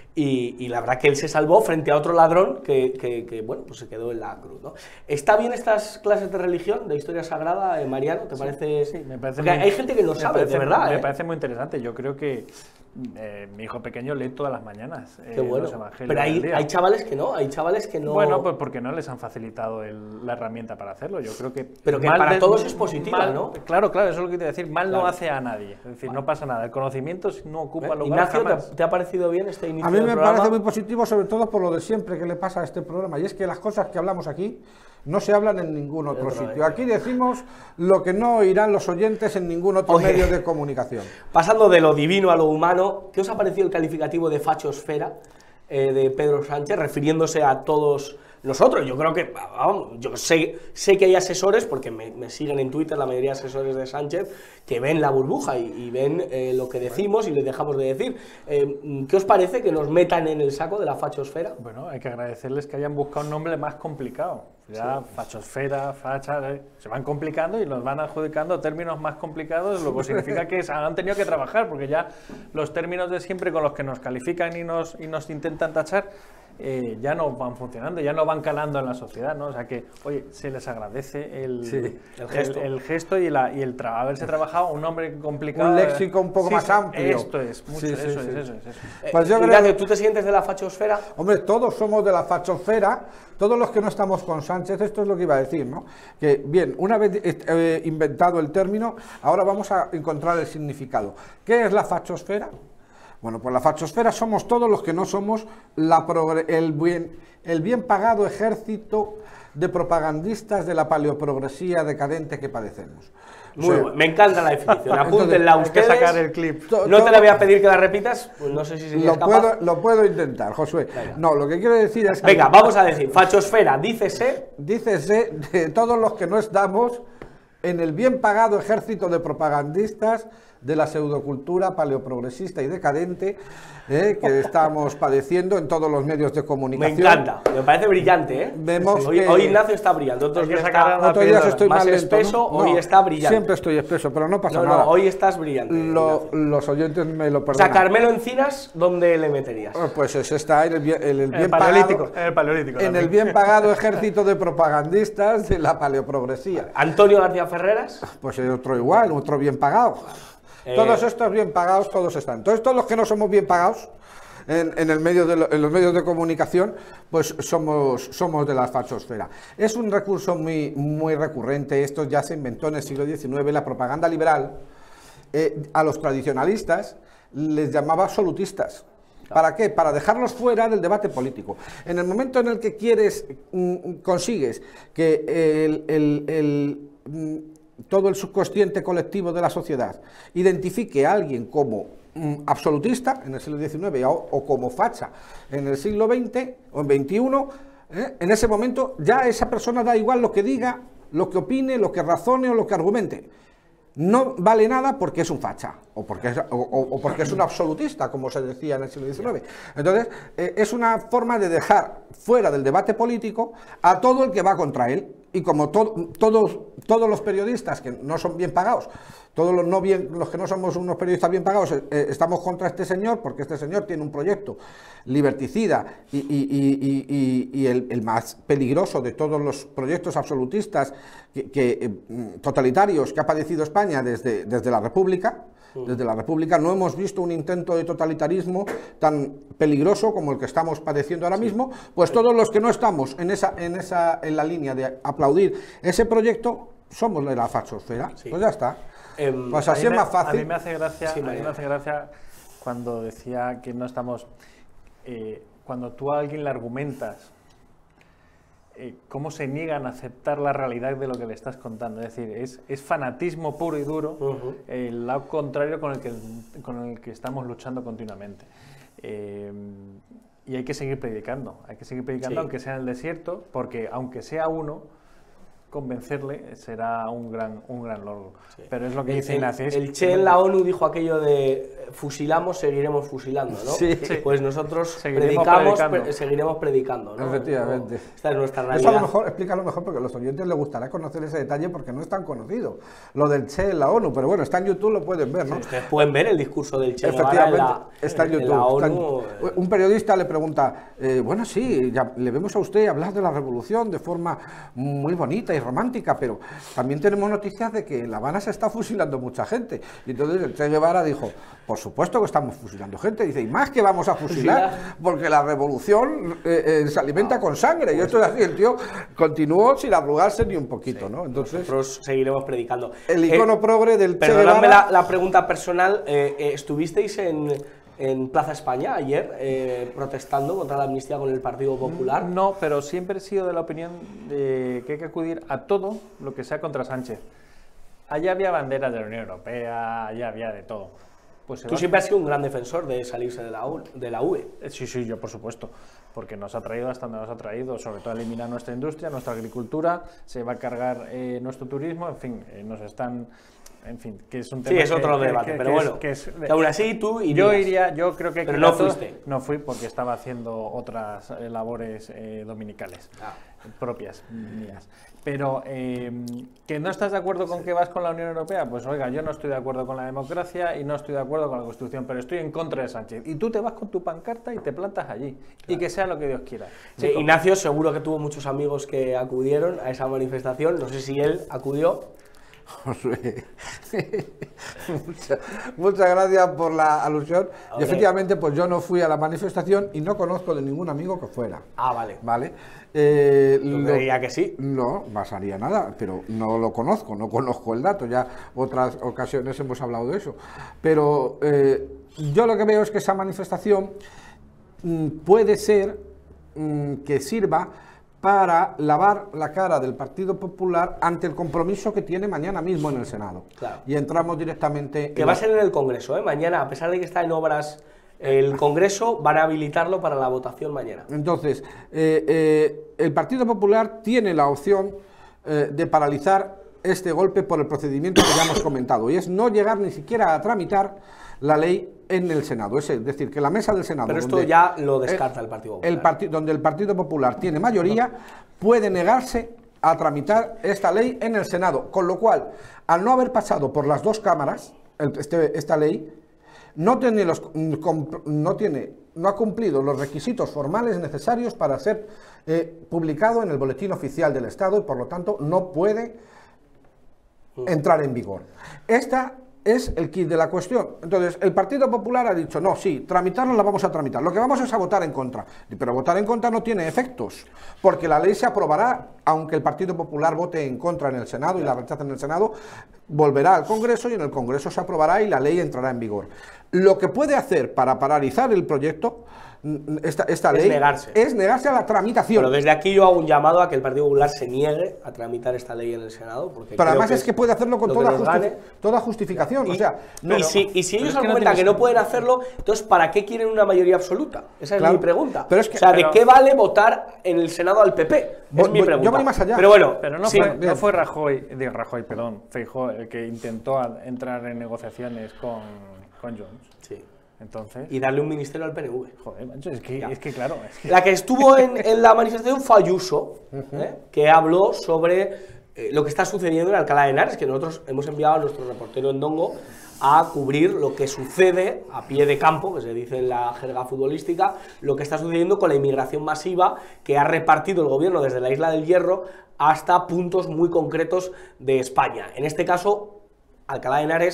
Y, y la verdad que él se salvó frente a otro ladrón que, que, que bueno, pues se quedó en la cruz, ¿no? ¿Está bien estas clases de religión, de historia sagrada, eh, Mariano? ¿Te parece? Sí, me parece. Porque muy, hay gente que no sabe, parece, de verdad. Me ¿eh? parece muy interesante. Yo creo que eh, mi hijo pequeño lee todas las mañanas eh, Qué bueno. los evangelios. Pero hay, hay chavales que no, hay chavales que no. Bueno, pues porque no les han facilitado el, la herramienta para hacerlo. Yo creo que. Pero que para de, todos es positiva, mal, ¿no? Claro, claro, eso es lo que quiero decir. Mal claro. no hace a nadie. Es decir, vale. no pasa nada. El conocimiento no ocupa ¿Eh? lugar. Ignacio, jamás. ¿te, ¿te ha parecido bien este inicio? A mí del me programa? parece muy positivo, sobre todo por lo de siempre que le pasa a este programa. Y es que las cosas que hablamos aquí no se hablan en ningún otro Otra sitio. vez. Aquí decimos lo que no oirán los oyentes en ningún otro Oye, medio de comunicación. Pasando de lo divino a lo humano, ¿qué os ha parecido el calificativo de fachosfera eh, de Pedro Sánchez, refiriéndose a todos nosotros? Yo creo que, vamos, yo sé, sé que hay asesores, porque me, me siguen en Twitter la mayoría de asesores de Sánchez, que ven la burbuja y, y ven eh, lo que decimos y les dejamos de decir. Eh, ¿Qué os parece que nos metan en el saco de la fachosfera? Bueno, hay que agradecerles que hayan buscado un nombre más complicado. Ya, sí. Fachosfera, facha, eh, se van complicando y nos van adjudicando términos más complicados, lo que significa que han tenido que trabajar, porque ya los términos de siempre con los que nos califican y nos, y nos intentan tachar, Eh, ya no van funcionando, ya no van calando en la sociedad, ¿no? O sea que, oye, se les agradece el, sí, el gesto, el, el gesto y, la, y el tra haberse trabajado un nombre complicado. Un léxico un poco sí, más amplio. Esto es, mucho, sí, eso, sí, es sí. eso es, eso es. Eh, pues yo Ignacio, creo... ¿tú te sientes de la fachosfera? Hombre, todos somos de la fachosfera, todos los que no estamos con Sánchez, esto es lo que iba a decir, ¿no? Que, bien, una vez eh, inventado el término, ahora vamos a encontrar el significado. ¿Qué es la fachosfera? Bueno, pues la fachosfera somos todos los que no somos la el, bien, el bien pagado ejército de propagandistas de la paleoprogresía decadente que padecemos. Muy o sea, bueno, me encanta la definición, apúntenla ustedes. Hay que sacar el clip. No te la voy a pedir que la repitas, pues no sé si serías lo capaz. puedo, lo puedo intentar, Josué. Venga. No, lo que quiero decir es que... Venga, vamos a decir, fachosfera, dícese... Dícese de todos los que no estamos en el bien pagado ejército de propagandistas de la pseudocultura paleoprogresista y decadente eh, que estamos padeciendo en todos los medios de comunicación. Me encanta, me parece brillante, ¿eh? Vemos hoy, que... hoy Ignacio está brillante, otros días, está, otros días estoy más más lento, espeso, ¿no? hoy No, está brillante. Siempre estoy espeso, pero no pasa no, nada. No, hoy estás brillante. Lo, los oyentes me lo O perdonan. sea, Carmelo Encinas, ¿dónde le meterías? Pues ese está en el bien, en el bien el paleolítico, pagado, en el paleolítico en el bien pagado ejército de propagandistas de la paleoprogresía. Antonio García Ferreras. Pues es otro igual, otro bien pagado. Eh, todos estos bien pagados, todos están. Entonces, todos los que no somos bien pagados en, en, el medio de lo, en los medios de comunicación, pues somos, somos de la fachosfera. Es un recurso muy, muy recurrente, esto ya se inventó en el siglo diecinueve, la propaganda liberal, eh, a los tradicionalistas les llamaba absolutistas. ¿Para qué? Para dejarlos fuera del debate político. En el momento en el que quieres, mm, consigues que el... el, el mm, todo el subconsciente colectivo de la sociedad identifique a alguien como mm, absolutista en el siglo diecinueve o, o como facha en el siglo veinte o en veintiuno, ¿eh? En ese momento ya esa persona da igual lo que diga, lo que opine, lo que razone o lo que argumente. No vale nada porque es un facha o porque es, o, o porque es un absolutista, como se decía en el siglo diecinueve. Entonces, eh, es una forma de dejar fuera del debate político a todo el que va contra él. Y como to todos, todos los periodistas que no son bien pagados, todos los, no bien, los que no somos unos periodistas bien pagados, eh, estamos contra este señor, porque este señor tiene un proyecto liberticida y, y, y, y, y el, el más peligroso de todos los proyectos absolutistas que, que, eh, totalitarios que ha padecido España desde, desde la República, desde la República no hemos visto un intento de totalitarismo tan peligroso como el que estamos padeciendo ahora mismo, pues todos los que no estamos en esa, en esa, en la línea de aplaudir ese proyecto, somos de la fachosfera, sí. Pues ya está. Eh, pues así es más fácil. A mí me hace gracia, sí, a mí me hace gracia cuando decía que no estamos, eh, cuando tú a alguien le argumentas Eh, cómo se niegan a aceptar la realidad de lo que le estás contando. Es decir, es, es fanatismo puro y duro, uh-huh. eh, el lado contrario con el que, con el que estamos luchando continuamente. Eh, y hay que seguir predicando, hay que seguir predicando, sí. Aunque sea en el desierto, porque aunque sea uno, convencerle será un gran, un gran logro. Sí. Pero es lo que el, dice Ignacio. El, el Che en la ONU dijo aquello de fusilamos, seguiremos fusilando, ¿no? Sí. Pues nosotros seguiremos predicamos, predicando. Pre seguiremos predicando, ¿no? Efectivamente. Esta es nuestra realidad. Eso a lo mejor, explícalo mejor porque a los oyentes les gustará conocer ese detalle porque no es tan conocido, lo del Che en la ONU, pero bueno, está en YouTube, lo pueden ver, ¿no? Sí, ustedes pueden ver el discurso del Che Efectivamente, en la, está en YouTube. En la ONU. Está en, un periodista le pregunta, eh, bueno, sí, ya le vemos a usted hablar de la revolución de forma muy bonita y romántica, pero también tenemos noticias de que en La Habana se está fusilando mucha gente. Y entonces el Che Guevara dijo, por supuesto que estamos fusilando gente. Dice, y más que vamos a fusilar, porque la revolución eh, eh, se alimenta con sangre. Y esto es así, el tío continuó sin arrugarse ni un poquito, sí, ¿no? Entonces, nosotros seguiremos predicando. El icono eh, progre del Che Guevara. Perdonadme la, la pregunta personal, eh, eh, ¿estuvisteis en... en Plaza España ayer, eh, protestando contra la amnistía con el Partido Popular? No, pero siempre he sido de la opinión de que hay que acudir a todo lo que sea contra Sánchez. Allá había banderas de la Unión Europea, allá había de todo. Pues Tú siempre has sido un gran defensor de salirse de la, U, de la U E. Sí, sí, yo por supuesto, porque nos ha traído hasta donde nos ha traído, sobre todo eliminar nuestra industria, nuestra agricultura, se va a cargar eh, nuestro turismo, en fin, eh, nos están... En fin, que es un tema. Sí, es que, otro que, debate, que, pero que bueno. Es, que es, que aún así tú irías. Yo iría, yo creo que. Pero no fuiste. No fui porque estaba haciendo otras eh, labores eh, dominicales ah. propias mías. Pero eh, que no estás de acuerdo con que vas con la Unión Europea, pues oiga, yo no estoy de acuerdo con la democracia y no estoy de acuerdo con la Constitución, pero estoy en contra de Sánchez. Y tú te vas con tu pancarta y te plantas allí. Claro. Y que sea lo que Dios quiera. Sí, Ignacio seguro que tuvo muchos amigos que acudieron a esa manifestación. No sé si él acudió. muchas, muchas gracias por la alusión. Okay. Y efectivamente, pues yo no fui a la manifestación y no conozco de ningún amigo que fuera. Ah, vale. Vale. Eh, yo creía que sí. No pasaría nada, pero no lo conozco, no conozco el dato. Ya otras ocasiones hemos hablado de eso. Pero eh, yo lo que veo es que esa manifestación mmm, puede ser mmm, que sirva para lavar la cara del Partido Popular ante el compromiso que tiene mañana mismo en el Senado. Claro. Y entramos directamente... Que va a ser en el Congreso, ¿eh? Mañana, a pesar de que está en obras el Congreso, van a habilitarlo para la votación mañana. Entonces, eh, eh, el Partido Popular tiene la opción eh, de paralizar este golpe por el procedimiento que ya hemos comentado, y es no llegar ni siquiera a tramitar la ley en el Senado, es decir, que la mesa del Senado... Pero esto ya lo descarta el Partido Popular. El parti donde el Partido Popular tiene mayoría, puede negarse a tramitar esta ley en el Senado, con lo cual, al no haber pasado por las dos cámaras, este, esta ley, no tiene, los, no tiene, no ha cumplido los requisitos formales necesarios para ser eh, publicado en el Boletín Oficial del Estado y, por lo tanto, no puede entrar en vigor. Esta es el kit de la cuestión. Entonces, el Partido Popular ha dicho, no, sí, tramitarlo la vamos a tramitar. Lo que vamos es a votar en contra. Pero votar en contra no tiene efectos, porque la ley se aprobará, aunque el Partido Popular vote en contra en el Senado y la rechace en el Senado, volverá al Congreso y en el Congreso se aprobará y la ley entrará en vigor. Lo que puede hacer para paralizar el proyecto, esta, esta ley, es negarse. es negarse a la tramitación. Pero desde aquí yo hago un llamado a que el Partido Popular se niegue a tramitar esta ley en el Senado. Porque pero además que es que puede hacerlo con toda, justi toda justificación. Y, o sea, no, y, si, y si ellos es que argumentan no que no pueden hacerlo, entonces ¿para qué quieren una mayoría absoluta? Esa es claro, mi pregunta. Pero es que, o sea, pero, ¿de qué vale votar en el Senado al P P? Es voy, mi pregunta. Yo voy más allá. Pero bueno, pero no, sí, fue, no fue Rajoy, digo Rajoy, perdón, Feijóo el que intentó entrar en negociaciones con, con Junts. Sí. Entonces, y darle un ministerio al P N V. Joder, macho, es que, es que claro. Es que... La que estuvo en, en la manifestación fue Ayuso, ¿eh? que habló sobre eh, lo que está sucediendo en Alcalá de Henares, que nosotros hemos enviado a nuestro reportero Ndongo a cubrir lo que sucede a pie de campo, que se dice en la jerga futbolística, lo que está sucediendo con la inmigración masiva que ha repartido el gobierno desde la Isla del Hierro hasta puntos muy concretos de España. En este caso, Alcalá de Henares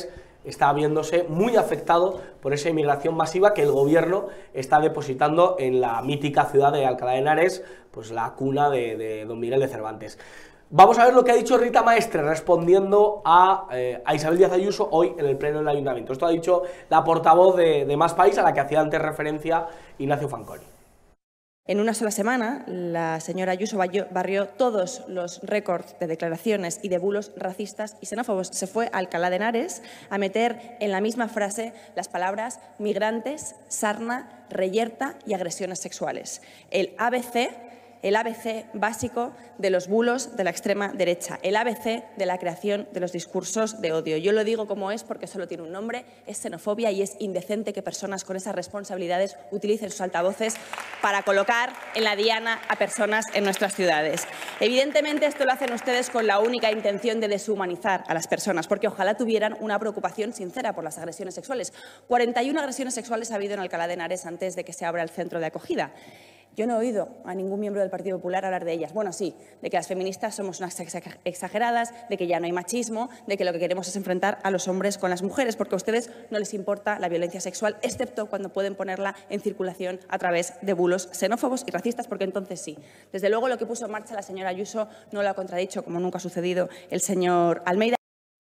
está viéndose muy afectado por esa inmigración masiva que el gobierno está depositando en la mítica ciudad de Alcalá de Henares, pues la cuna de, de don Miguel de Cervantes. Vamos a ver lo que ha dicho Rita Maestre respondiendo a, eh, a Isabel Díaz Ayuso hoy en el pleno del Ayuntamiento. Esto ha dicho la portavoz de, de Más País, a la que hacía antes referencia Ignacio Fanconi. En una sola semana, la señora Ayuso barrió todos los récords de declaraciones y de bulos racistas y xenófobos. Se fue a Alcalá de Henares a meter en la misma frase las palabras migrantes, sarna, reyerta y agresiones sexuales. El A B C, el A B C básico de los bulos de la extrema derecha, el A B C de la creación de los discursos de odio. Yo lo digo como es porque solo tiene un nombre, es xenofobia, y es indecente que personas con esas responsabilidades utilicen sus altavoces para colocar en la diana a personas en nuestras ciudades. Evidentemente esto lo hacen ustedes con la única intención de deshumanizar a las personas, porque ojalá tuvieran una preocupación sincera por las agresiones sexuales. cuarenta y una agresiones sexuales ha habido en Alcalá de Henares antes de que se abra el centro de acogida. Yo no he oído a ningún miembro del Partido Popular hablar de ellas. Bueno, sí, de que las feministas somos unas exageradas, de que ya no hay machismo, de que lo que queremos es enfrentar a los hombres con las mujeres, porque a ustedes no les importa la violencia sexual, excepto cuando pueden ponerla en circulación a través de bulos xenófobos y racistas, porque entonces sí. Desde luego, lo que puso en marcha la señora Ayuso no lo ha contradicho, como nunca ha sucedido el señor Almeida.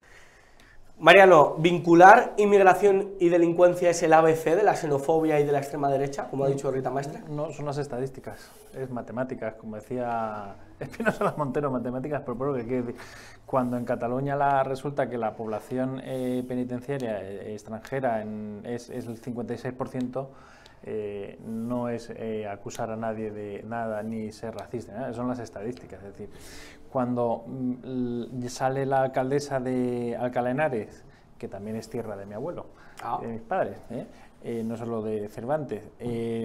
Mariano, ¿vincular inmigración y delincuencia es el A B C de la xenofobia y de la extrema derecha, como ha dicho Rita Maestre? No, son las estadísticas, es matemáticas, como decía Espinosa Montero, matemáticas, pero por lo que quiere decir, cuando en Cataluña la, resulta que la población eh, penitenciaria eh, extranjera en, es, es el cincuenta y seis por ciento, Eh, no es eh, acusar a nadie de nada ni ser racista, ¿eh? Son las estadísticas. Es decir, cuando mm, sale la alcaldesa de Alcalá de Henares, que también es tierra de mi abuelo, ah. de mis padres, ¿eh? Eh, no solo de Cervantes, eh,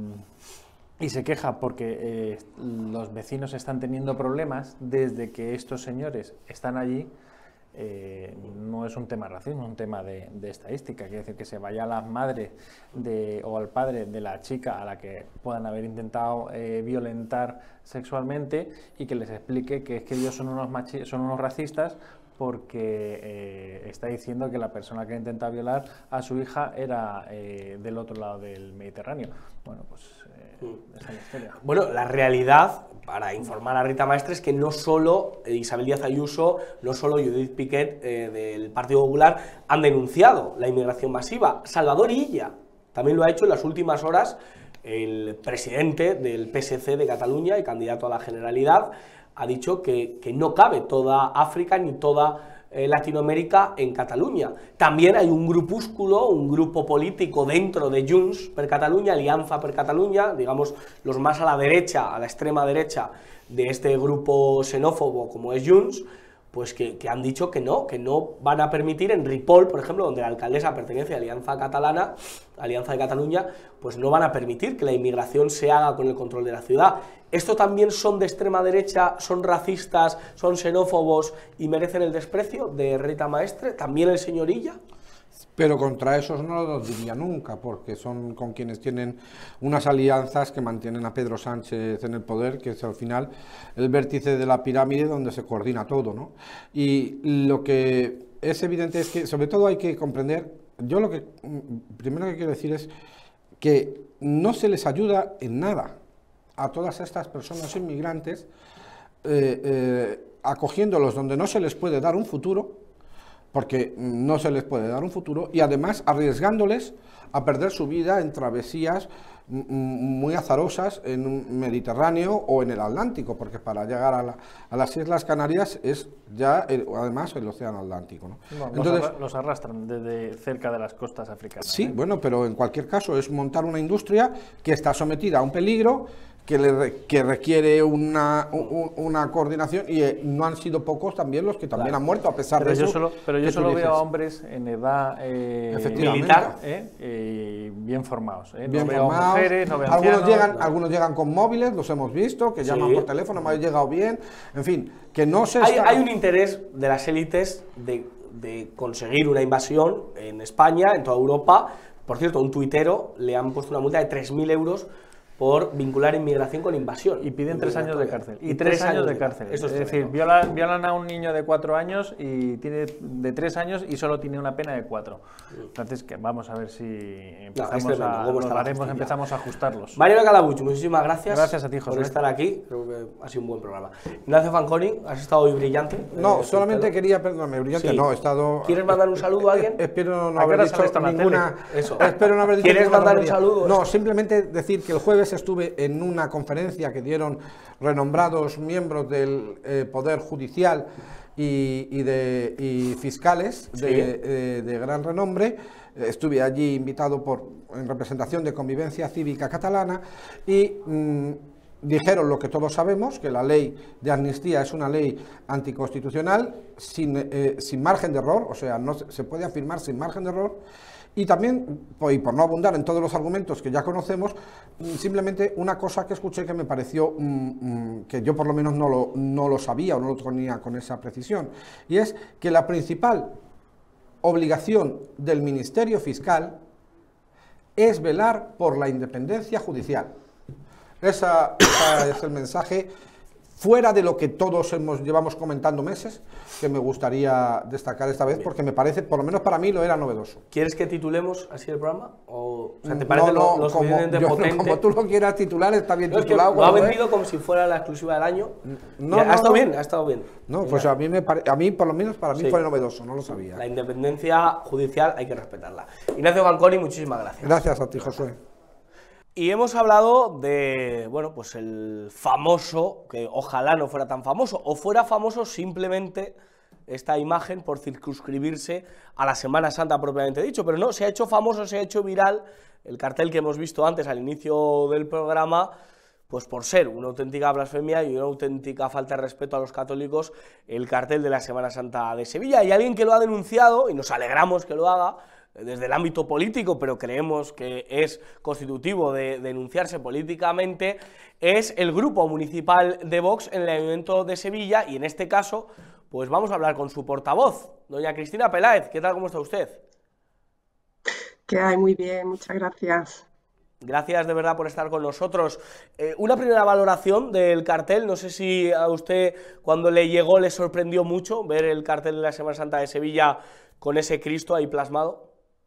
y se queja porque eh, los vecinos están teniendo problemas desde que estos señores están allí. Eh, no es un tema racismo, es un tema de, de estadística. Quiere decir que se vaya a las madres de, o al padre de la chica a la que puedan haber intentado eh, violentar sexualmente y que les explique que es que ellos son unos, machi son unos racistas porque eh, está diciendo que la persona que intenta violar a su hija era eh, del otro lado del Mediterráneo. Bueno, pues eh, esa es la historia. Bueno, la realidad, para informar a Rita Maestre, es que no solo Isabel Díaz Ayuso, no solo Judith Piquet eh, del Partido Popular han denunciado la inmigración masiva. Salvador Illa también lo ha hecho en las últimas horas. El presidente del P S C de Cataluña y candidato a la Generalidad ha dicho que, que no cabe toda África ni toda eh, Latinoamérica en Cataluña. También hay un grupúsculo, un grupo político dentro de Junts per Catalunya, Alianza per Catalunya, digamos los más a la derecha, a la extrema derecha de este grupo xenófobo como es Junts, pues que, que han dicho que no, que no van a permitir en Ripoll, por ejemplo, donde la alcaldesa pertenece a Alianza Catalana, Alianza de Cataluña, pues no van a permitir que la inmigración se haga con el control de la ciudad. ¿Esto también son de extrema derecha, son racistas, son xenófobos y merecen el desprecio de Rita Maestre? ¿También el señor Illa? Pero contra esos no los diría nunca, porque son con quienes tienen unas alianzas que mantienen a Pedro Sánchez en el poder, que es al final el vértice de la pirámide donde se coordina todo, ¿no? Y lo que es evidente es que, sobre todo, hay que comprender, yo lo que primero que quiero decir es que no se les ayuda en nada a todas estas personas inmigrantes, eh, eh, acogiéndolos donde no se les puede dar un futuro, porque no se les puede dar un futuro, y además arriesgándoles a perder su vida en travesías muy azarosas en un Mediterráneo o en el Atlántico, porque para llegar a, la, a las Islas Canarias es ya el, además el océano Atlántico, ¿no? No, Entonces, los, los arrastran desde cerca de las costas africanas. Sí, ¿eh? Bueno, pero en cualquier caso es montar una industria que está sometida a un peligro, que, le, que requiere una, un, una coordinación, y eh, no han sido pocos también los que también claro. han muerto a pesar pero de yo eso. Solo, pero yo solo veo a hombres en edad eh, militar, eh, eh, bien formados. Eh. Bien no veo formados. mujeres, no veo algunos, ancianos, llegan, no. algunos llegan con móviles, los hemos visto, que llaman sí. por teléfono, me ha llegado bien, en fin, que no se hay, está... hay un interés de las élites de, de conseguir una invasión en España, en toda Europa. Por cierto, un tuitero le han puesto una multa de tres mil euros por vincular inmigración con invasión. Y piden tres años de cárcel. Y, y tres, tres años de cárcel. Eso es, es decir, violan, violan a un niño de cuatro años y tiene de tres años y solo tiene una pena de cuatro. Entonces, que vamos a ver si empezamos, no, tremendo, a, los baremos, empezamos a ajustarlos. Mariano Calabuch, muchísimas gracias. Gracias a ti, José, por estar aquí. Creo que ha sido un buen programa. Ignacio Fanconi, has estado hoy brillante. No, eh, solamente quería, perdóname, brillante, sí. no, he estado... ¿Quieres mandar un saludo a alguien? Espero no ¿A haber qué hora dicho sales en la ninguna... Eso. Espero no haber dicho ¿Quieres ninguna mandar un tontería. saludo? No, simplemente decir que el jueves estuve en una conferencia que dieron renombrados miembros del eh, Poder Judicial y, y, de, y fiscales de, sí. eh, de gran renombre. Estuve allí invitado por, en representación de Convivencia Cívica Catalana y mmm, dijeron lo que todos sabemos, que la ley de amnistía es una ley anticonstitucional sin, eh, sin margen de error, o sea, no se, se puede afirmar sin margen de error. Y también, y por no abundar en todos los argumentos que ya conocemos, simplemente una cosa que escuché que me pareció mmm, que yo por lo menos no lo, no lo sabía o no lo tenía con esa precisión, y es que la principal obligación del Ministerio Fiscal es velar por la independencia judicial. Esa, ese es el mensaje, fuera de lo que todos hemos, llevamos comentando meses, que me gustaría destacar esta vez, porque me parece, por lo menos para mí, lo era novedoso. ¿Quieres que titulemos así el programa? ¿O, o sea, ¿te parece no, no, lo, lo como, suficientemente yo, potente? Como tú lo quieras titular, está bien no, titulado. Es que lo ha bueno, vendido ¿eh? como si fuera la exclusiva del año. No, ha no, estado no. bien, ha estado bien. No, pues a mí, me pare... a mí, por lo menos, para mí sí. fue novedoso, no lo sabía. La independencia judicial hay que respetarla. Ignacio Fanconi, muchísimas gracias. Gracias a ti, Josué. Y hemos hablado de, bueno, pues el famoso, que ojalá no fuera tan famoso, o fuera famoso simplemente esta imagen por circunscribirse a la Semana Santa propiamente dicho, pero no, se ha hecho famoso, se ha hecho viral el cartel que hemos visto antes al inicio del programa, pues por ser una auténtica blasfemia y una auténtica falta de respeto a los católicos, el cartel de la Semana Santa de Sevilla. Hay alguien que lo ha denunciado, y nos alegramos que lo haga, desde el ámbito político, pero creemos que es constitutivo de denunciarse políticamente, es el grupo municipal de Vox en el Ayuntamiento de Sevilla, y en este caso, pues vamos a hablar con su portavoz, doña Cristina Peláez. ¿Qué tal, cómo está usted? ¿Qué hay? Muy bien, muchas gracias. Gracias de verdad por estar con nosotros. Eh, una primera valoración del cartel, no sé si a usted cuando le llegó le sorprendió mucho ver el cartel de la Semana Santa de Sevilla con ese Cristo ahí plasmado.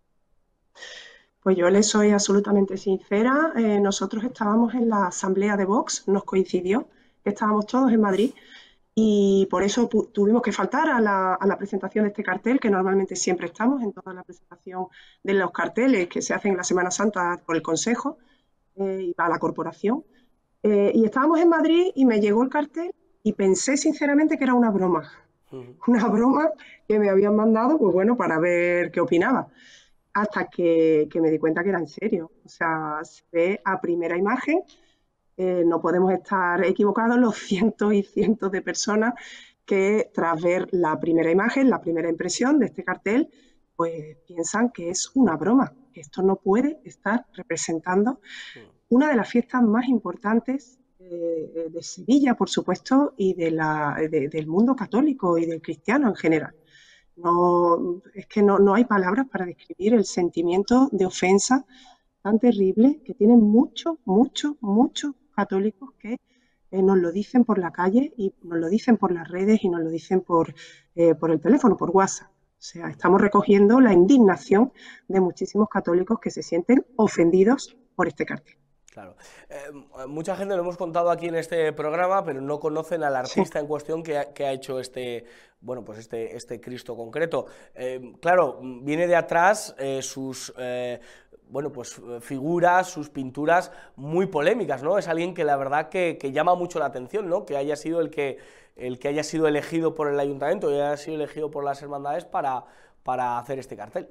Pues yo le soy absolutamente sincera, eh, nosotros estábamos en la asamblea de Vox, nos coincidió, estábamos todos en Madrid y por eso tuvimos que faltar a la, a la presentación de este cartel, que normalmente siempre estamos en toda la presentación de los carteles que se hacen en la Semana Santa por el Consejo eh, y para la corporación. Eh, y estábamos en Madrid y me llegó el cartel y pensé sinceramente que era una broma, uh-huh. una broma que me habían mandado, pues bueno, para ver qué opinaba. Hasta que, que me di cuenta que era en serio. O sea, se ve a primera imagen, eh, no podemos estar equivocados los cientos y cientos de personas que tras ver la primera imagen, la primera impresión de este cartel, pues piensan que es una broma, que esto no puede estar representando una de las fiestas más importantes eh, de Sevilla, por supuesto, y de la, de, del mundo católico y del cristiano en general. No, es que no, no hay palabras para describir el sentimiento de ofensa tan terrible que tienen muchos, muchos, muchos católicos que eh, nos lo dicen por la calle y nos lo dicen por las redes y nos lo dicen por, eh, por el teléfono, por WhatsApp. O sea, estamos recogiendo la indignación de muchísimos católicos que se sienten ofendidos por este cartel. Claro. Eh, mucha gente lo hemos contado aquí en este programa, pero no conocen al artista sí. en cuestión que ha, que ha hecho este, bueno, pues este, este Cristo concreto. Eh, claro, viene de atrás eh, sus, eh, bueno, pues figuras, sus pinturas muy polémicas, ¿no? Es alguien que la verdad que, que llama mucho la atención, ¿no? Que haya sido el que, el que haya sido elegido por el ayuntamiento y haya sido elegido por las hermandades para, para hacer este cartel.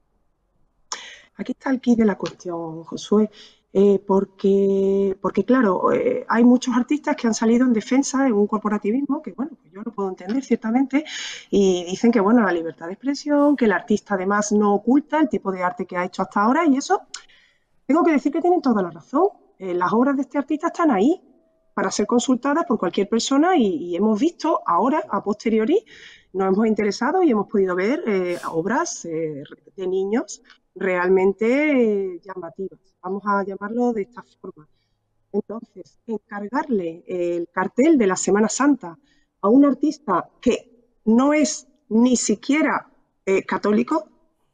Aquí está el quid de la cuestión, Josué. Eh, porque, porque, claro, eh, hay muchos artistas que han salido en defensa de un corporativismo que, bueno, pues yo lo puedo entender ciertamente, y dicen que, bueno, la libertad de expresión, que el artista además no oculta el tipo de arte que ha hecho hasta ahora, y eso, tengo que decir que tienen toda la razón. Eh, las obras de este artista están ahí para ser consultadas por cualquier persona y, y hemos visto ahora, a posteriori, nos hemos interesado y hemos podido ver eh, obras eh, de niños realmente eh, llamativas. Vamos a llamarlo de esta forma. Entonces, encargarle el cartel de la Semana Santa a un artista que no es ni siquiera eh, católico,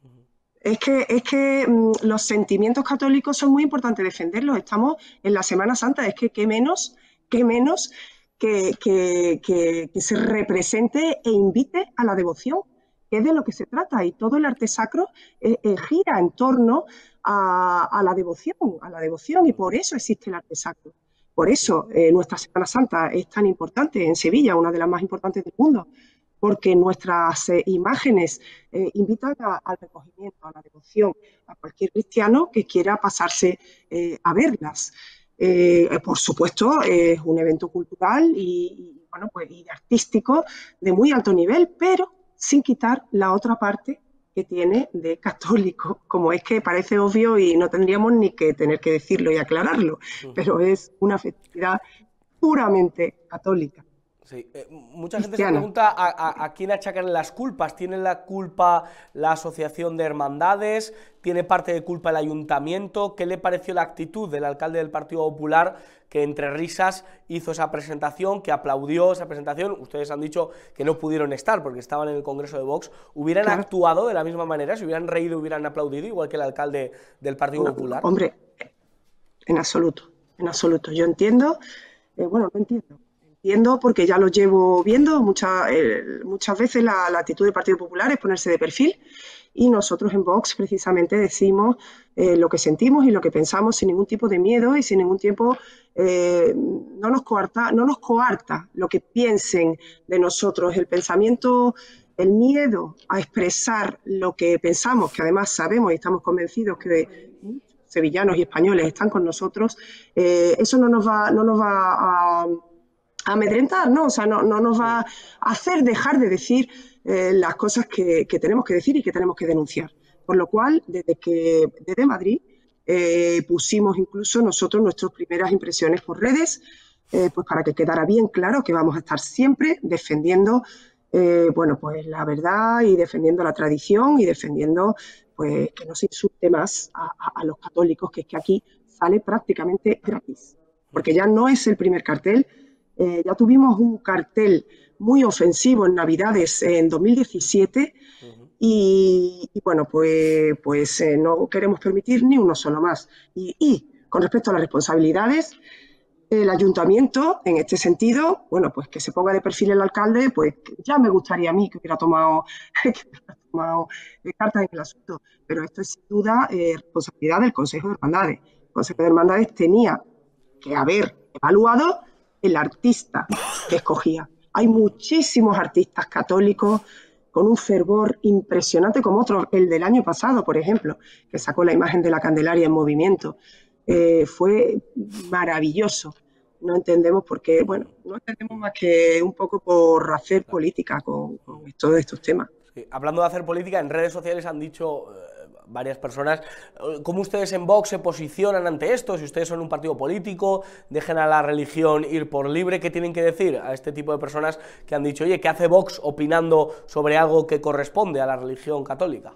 es que, es que mmm, los sentimientos católicos son muy importantes defenderlos. Estamos en la Semana Santa, es que qué menos, qué menos que, que, que, que se represente e invite a la devoción, que es de lo que se trata. Y todo el arte sacro eh, eh, gira en torno a, a la devoción, a la devoción, y por eso existe el arte sacro. Por eso eh, nuestra Semana Santa es tan importante en Sevilla, una de las más importantes del mundo, porque nuestras eh, imágenes eh, invitan a, al recogimiento, a la devoción, a cualquier cristiano que quiera pasarse eh, a verlas. Eh, por supuesto, es eh, un evento cultural y, y, bueno, pues, y artístico de muy alto nivel, pero sin quitar la otra parte que tiene de católico, como es que parece obvio y no tendríamos ni que tener que decirlo y aclararlo, pero es una festividad puramente católica. Sí. Eh, mucha gente se pregunta a, a, a quién achacan las culpas. ¿Tiene la culpa la Asociación de Hermandades? ¿Tiene parte de culpa el Ayuntamiento? ¿Qué le pareció la actitud del alcalde del Partido Popular, que entre risas hizo esa presentación, que aplaudió esa presentación? Ustedes han dicho que no pudieron estar porque estaban en el Congreso de Vox. ¿Hubieran claro. actuado de la misma manera? ¿Si hubieran reído, hubieran aplaudido, igual que el alcalde del Partido no, Popular? Hombre, en absoluto, en absoluto. Yo entiendo, eh, bueno, no entiendo. Entiendo porque ya lo llevo viendo muchas, eh, muchas veces la, la actitud del Partido Popular es ponerse de perfil, y nosotros en Vox precisamente decimos eh, lo que sentimos y lo que pensamos sin ningún tipo de miedo y sin ningún tiempo, eh, no nos coarta, no nos coarta lo que piensen de nosotros. El pensamiento, el miedo a expresar lo que pensamos, que además sabemos y estamos convencidos que muchos sevillanos y españoles están con nosotros, eh, eso no nos va, no nos va a amedrentar, ¿no? O sea, no, no nos va a hacer dejar de decir eh, las cosas que, que tenemos que decir y que tenemos que denunciar. Por lo cual, desde que desde Madrid eh, pusimos incluso nosotros nuestras primeras impresiones por redes, eh, pues para que quedara bien claro que vamos a estar siempre defendiendo eh, bueno, pues la verdad y defendiendo la tradición y defendiendo pues que no se insulte más a, a, a los católicos, que es que aquí sale prácticamente gratis. Porque ya no es el primer cartel. Eh, ya tuvimos un cartel muy ofensivo en Navidades eh, en dos mil diecisiete uh-huh. y, y bueno, pues, pues eh, no queremos permitir ni uno solo más. Y, y con respecto a las responsabilidades, el ayuntamiento, en este sentido, bueno, pues que se ponga de perfil el alcalde, pues ya me gustaría a mí que hubiera tomado, que hubiera tomado eh, cartas en el asunto, pero esto es sin duda eh, responsabilidad del Consejo de Hermandades. El Consejo de Hermandades tenía que haber evaluado el artista que escogía. Hay muchísimos artistas católicos con un fervor impresionante, como otro, el del año pasado, por ejemplo, que sacó la imagen de la Candelaria en movimiento. Eh, fue maravilloso. No entendemos por qué, bueno, no entendemos más que un poco por hacer política con, con todos estos temas. Sí, hablando de hacer política, en redes sociales han dicho eh, varias personas cómo ustedes en Vox se posicionan ante esto, si ustedes son un partido político, dejen a la religión ir por libre. ¿Qué tienen que decir a este tipo de personas que han dicho, oye, ¿qué hace Vox opinando sobre algo que corresponde a la religión católica?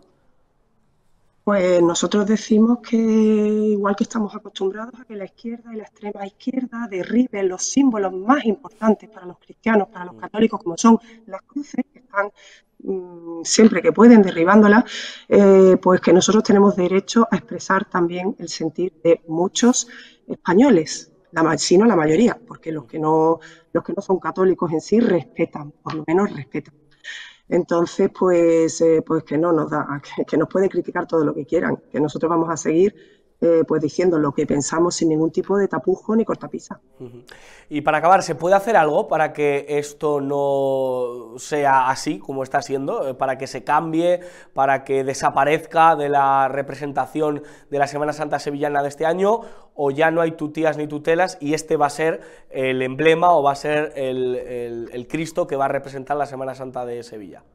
Pues nosotros decimos que, igual que estamos acostumbrados a que la izquierda y la extrema izquierda derriben los símbolos más importantes para los cristianos, para los católicos, como son las cruces, que están mmm, siempre que pueden derribándolas, eh, pues que nosotros tenemos derecho a expresar también el sentir de muchos españoles, la, si no la mayoría, porque los que no, los que no son católicos en sí respetan, por lo menos respetan. Entonces, pues, eh, pues que no nos da, que, que nos pueden criticar todo lo que quieran, que nosotros vamos a seguir eh, pues diciendo lo que pensamos sin ningún tipo de tapujo ni cortapisa. Uh-huh. Y para acabar, ¿se puede hacer algo para que esto no sea así como está siendo? Para que se cambie, para que desaparezca de la representación de la Semana Santa sevillana de este año, o ya no hay tutías ni tutelas y este va a ser el emblema o va a ser el, el, el Cristo que va a representar la Semana Santa de Sevilla.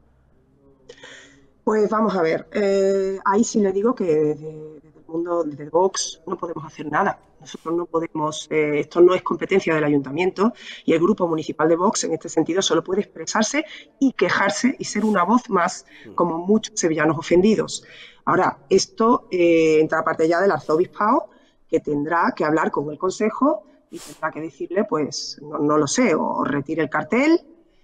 Pues vamos a ver, eh, ahí sí le digo que desde, desde el mundo, desde Vox, no podemos hacer nada. Nosotros no podemos, eh, esto no es competencia del ayuntamiento y el grupo municipal de Vox en este sentido solo puede expresarse y quejarse y ser una voz más, como muchos sevillanos ofendidos. Ahora, esto eh, entra a parte ya del arzobispado, que tendrá que hablar con el Consejo y tendrá que decirle, pues, no, no lo sé, o retire el cartel,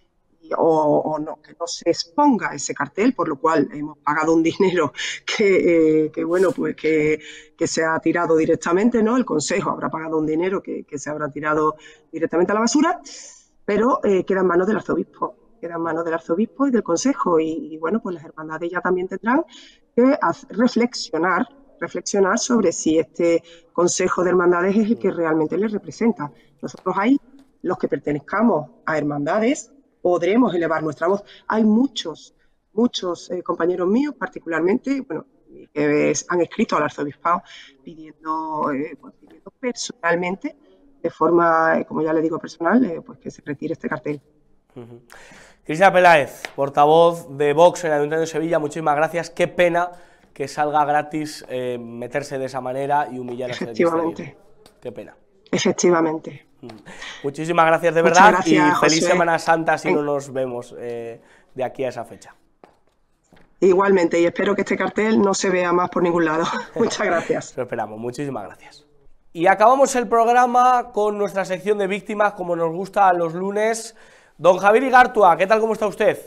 O, o no, que no se exponga ese cartel, por lo cual hemos pagado un dinero que, eh, que bueno, pues que, que se ha tirado directamente, ¿no? El Consejo habrá pagado un dinero que, que se habrá tirado directamente a la basura, pero eh, queda en manos del arzobispo, queda en manos del arzobispo y del Consejo, y, y bueno, pues las hermandades ya también tendrán que reflexionar, reflexionar sobre si este Consejo de Hermandades es el que realmente les representa. Nosotros ahí, los que pertenezcamos a hermandades, podremos elevar nuestra voz. Hay muchos, muchos eh, compañeros míos, particularmente, bueno, que es, han escrito al arzobispado pidiendo, eh, pues, pidiendo personalmente, de forma, eh, como ya le digo, personal, eh, pues que se retire este cartel. Uh-huh. Cristina Peláez, portavoz de Vox en el Ayuntamiento de Sevilla, muchísimas gracias. Qué pena que salga gratis eh, meterse de esa manera y humillar a ese Efectivamente. Qué pena. Efectivamente. Muchísimas gracias de Muchas verdad gracias, y feliz José. Semana Santa si no nos vemos eh, de aquí a esa fecha. Igualmente, y espero que este cartel no se vea más por ningún lado. Muchas gracias. Lo esperamos, muchísimas gracias. Y acabamos el programa con nuestra sección de víctimas, como nos gusta los lunes. Don Javier Igartua, ¿qué tal, cómo está usted?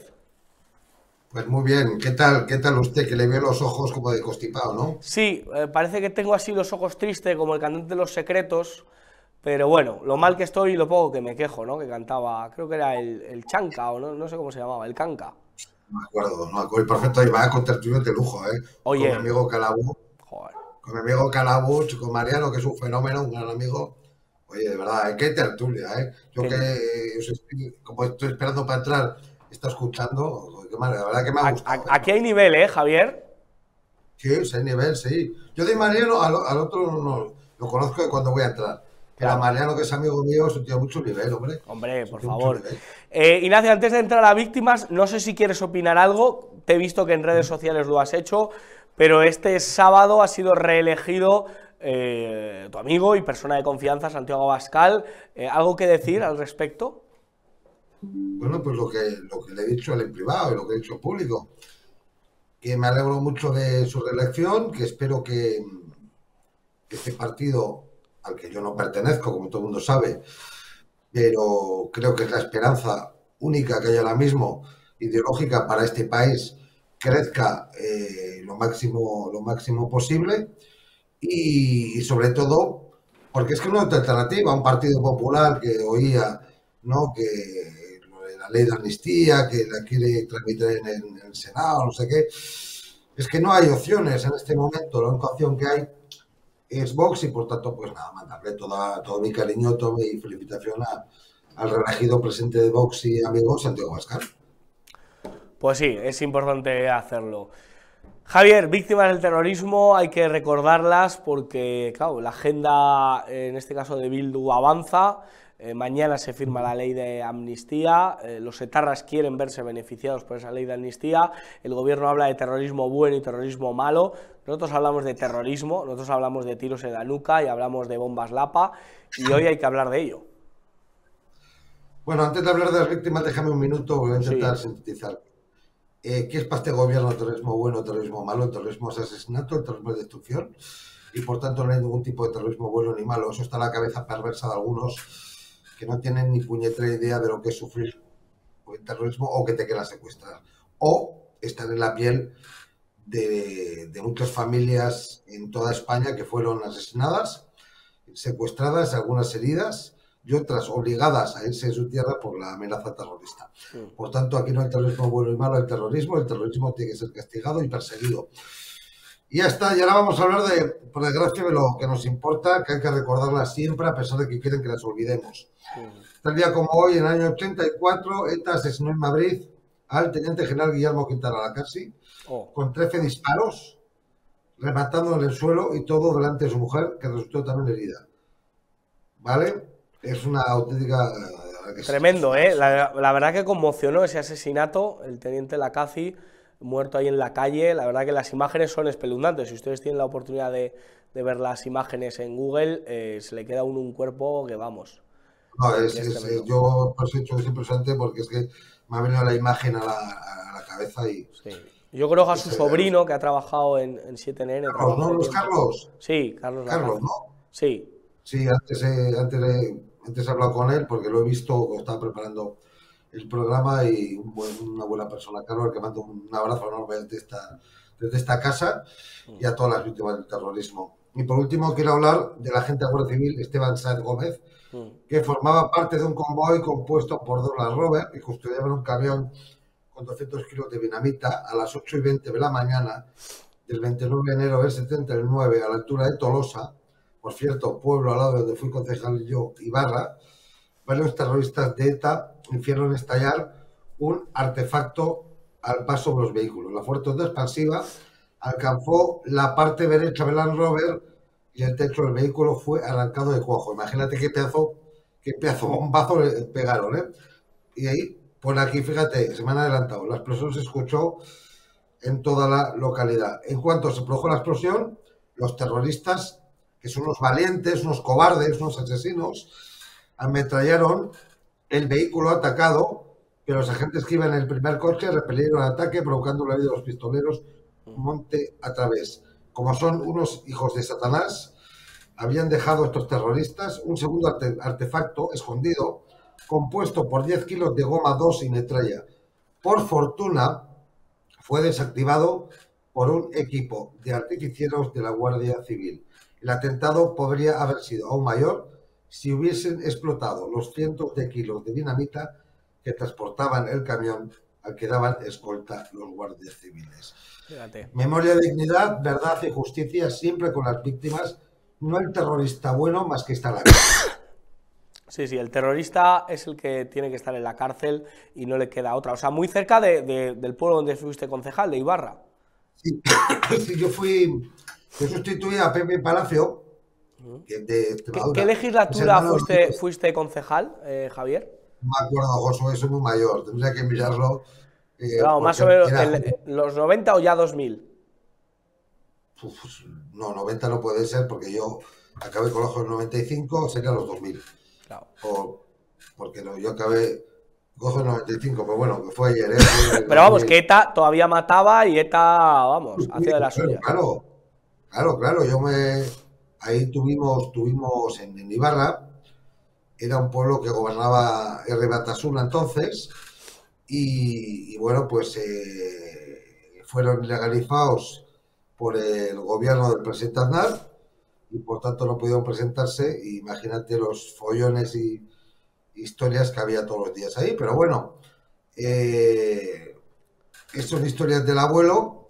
Pues muy bien, ¿qué tal, qué tal usted? Que le veo los ojos como de constipado, ¿no? Sí, eh, parece que tengo así los ojos tristes, como el cantante de Los Secretos. Pero bueno, lo mal que estoy y lo poco que me quejo, ¿no? Que cantaba, creo que era el, el Chanca, o no, no sé cómo se llamaba, el Canca. No me acuerdo, no me acuerdo. Perfecto, y va con tertulios de lujo, ¿eh? Oye. Con mi amigo Calabú. Joder. Con mi amigo Calabú, con Mariano, que es un fenómeno, un gran amigo. Oye, de verdad, ¿eh? Qué tertulia, ¿eh? Yo ¿Qué? que, eh, os estoy, como estoy esperando para entrar, está escuchando, qué mal, la verdad que me ha A, gustado. a, aquí hay nivel, ¿eh, Javier? Sí, ese nivel, sí. Yo de Mariano al, al otro no, no, lo conozco de cuando voy a entrar. Pero Claro. a Mariano, que es amigo mío, es un tío de mucho nivel, hombre. Hombre, Es por un tío de mucho favor. nivel. Eh, Ignacio, antes de entrar a víctimas, no sé si quieres opinar algo. Te he visto que en redes sociales lo has hecho, pero este sábado ha sido reelegido eh, tu amigo y persona de confianza, Santiago Abascal. Eh, ¿Algo que decir al respecto? Bueno, pues lo que, lo que le he dicho en privado y lo que he dicho en público, que me alegro mucho de su reelección, que espero que, que este partido, al que yo no pertenezco, como todo el mundo sabe, pero creo que es la esperanza única que hay ahora mismo, ideológica para este país, crezca eh, lo máximo, lo máximo posible y, y sobre todo, porque es que no hay otra alternativa, un partido popular que oía, ¿no?, que lo de la ley de amnistía, que la quiere tramitar en el, en el Senado, no sé qué, es que no hay opciones en este momento, la única opción que hay es Vox y por tanto, pues nada, mandarle toda, todo mi cariño, toda mi felicitación a, al reelegido presidente de Vox y amigo Santiago Abascal. Pues sí, es importante hacerlo. Javier, víctimas del terrorismo, hay que recordarlas porque, claro, la agenda, en este caso de Bildu, avanza. Eh, mañana se firma la ley de amnistía, eh, los etarras quieren verse beneficiados por esa ley de amnistía, el gobierno habla de terrorismo bueno y terrorismo malo, nosotros hablamos de terrorismo, nosotros hablamos de tiros en la nuca y hablamos de bombas Lapa, y hoy hay que hablar de ello. Bueno, antes de hablar de las víctimas, déjame un minuto, voy a intentar Sí. sintetizar. Eh, ¿Qué es para este gobierno terrorismo bueno, terrorismo malo? El terrorismo es asesinato, el terrorismo es destrucción, y por tanto no hay ningún tipo de terrorismo bueno ni malo. Eso está en la cabeza perversa de algunos que no tienen ni puñetera idea de lo que es sufrir el terrorismo o que te quieran secuestrar. O estar en la piel de, de muchas familias en toda España que fueron asesinadas, secuestradas, algunas heridas y otras obligadas a irse de su tierra por la amenaza terrorista. Por tanto, aquí no hay terrorismo bueno y malo, hay terrorismo, el terrorismo tiene que ser castigado y perseguido. Y ya está, y ahora vamos a hablar de, por desgracia, de lo que nos importa, que hay que recordarla siempre, a pesar de que quieren que las olvidemos. Tal día como hoy, en el año ochenta y cuatro, ETA asesinó en Madrid al teniente general Guillermo Quintana Lacasi, Oh. con trece disparos, rematándolo en el suelo y todo delante de su mujer, que resultó también herida. ¿Vale? Es una auténtica... Tremendo, ¿eh? La, la verdad que conmocionó ese asesinato, el teniente Lacasi, muerto ahí en la calle. La verdad que las imágenes son espeluznantes. Si ustedes tienen la oportunidad de, de ver las imágenes en Google, eh, se le queda a uno un cuerpo que vamos. No, es, es es, tremendo. yo por eso he hecho ese presente porque es que me ha venido la imagen a la, a la cabeza y... Sí. Yo creo que a su Ese- sobrino, que ha trabajado en, en siete N N. Carlos, trabajó ¿no? Los tiempo. Carlos. Sí, Carlos Carlos, Lacasi. ¿no? Sí. Sí, antes, eh, antes, eh, antes he hablado con él porque lo he visto cuando estaba preparando el programa y un buen- una buena persona, Carlos, al que mando un abrazo enorme desde esta, desde esta casa y a todas las víctimas del terrorismo. Y por último quiero hablar del agente de Guardia Civil Esteban Sáez Gómez, que formaba parte de un convoy compuesto por dos Land Rover y custodiaban un camión con doscientos kilos de dinamita a las ocho y veinte de la mañana del veintinueve de enero del setenta y nueve a la altura de Tolosa, por cierto, pueblo al lado de donde fui concejal yo, Ibarra. Varios terroristas de ETA hicieron estallar un artefacto al paso de los vehículos. La fuerte onda expansiva alcanzó la parte derecha del Land Rover y el techo del vehículo fue arrancado de cuajo. Imagínate qué pedazo, qué pedazo bombazo le pegaron, ¿eh? Y ahí, por aquí, fíjate, se me han adelantado. La explosión se escuchó en toda la localidad. En cuanto se produjo la explosión, los terroristas, que son unos valientes, unos cobardes, unos asesinos, ametrallaron el vehículo atacado, pero los agentes que iban en el primer coche repelieron el ataque, provocando la vida de los pistoleros monte a través. Como son unos hijos de Satanás, habían dejado estos terroristas un segundo arte artefacto escondido, compuesto por diez kilos de goma dos y metralla. Por fortuna, fue desactivado por un equipo de artificieros de la Guardia Civil. El atentado podría haber sido aún mayor si hubiesen explotado los cientos de kilos de dinamita que transportaban el camión al que daban escolta los guardias civiles. Fíjate. Memoria, dignidad, verdad y justicia siempre con las víctimas, no el terrorista bueno más que está en la cárcel. Sí, sí, el terrorista es el que tiene que estar en la cárcel y no le queda otra. O sea, muy cerca de, de, del pueblo donde fuiste concejal, de Ibarra. Sí, sí, yo fui, yo sustituí a Pepe Palacio, que de Extremadura. ¿Qué, qué legislatura fuiste, fuiste concejal, eh, Javier? No me acuerdo, Josué, soy muy mayor, tendría que mirarlo. Eh, no, más o menos, el, ¿los noventa o ya dos mil? Uf, no, noventa no puede ser porque yo acabé con los noventa y cinco, serían los dos mil. Claro. O, porque no, yo acabé con noventa y cinco, pero bueno, que fue ayer. ¿eh? Pero vamos, que ETA todavía mataba y ETA, vamos, sí, hacía de la claro, suya. Claro, claro, claro, yo me... Ahí tuvimos, tuvimos en, en Ibarra, era un pueblo que gobernaba R. Batasuna entonces, y, y bueno, pues eh, fueron legalizados por el gobierno del presidente Aznar, y por tanto no pudieron presentarse. Imagínate los follones y historias que había todos los días ahí, pero bueno, eh, eso son historias del abuelo.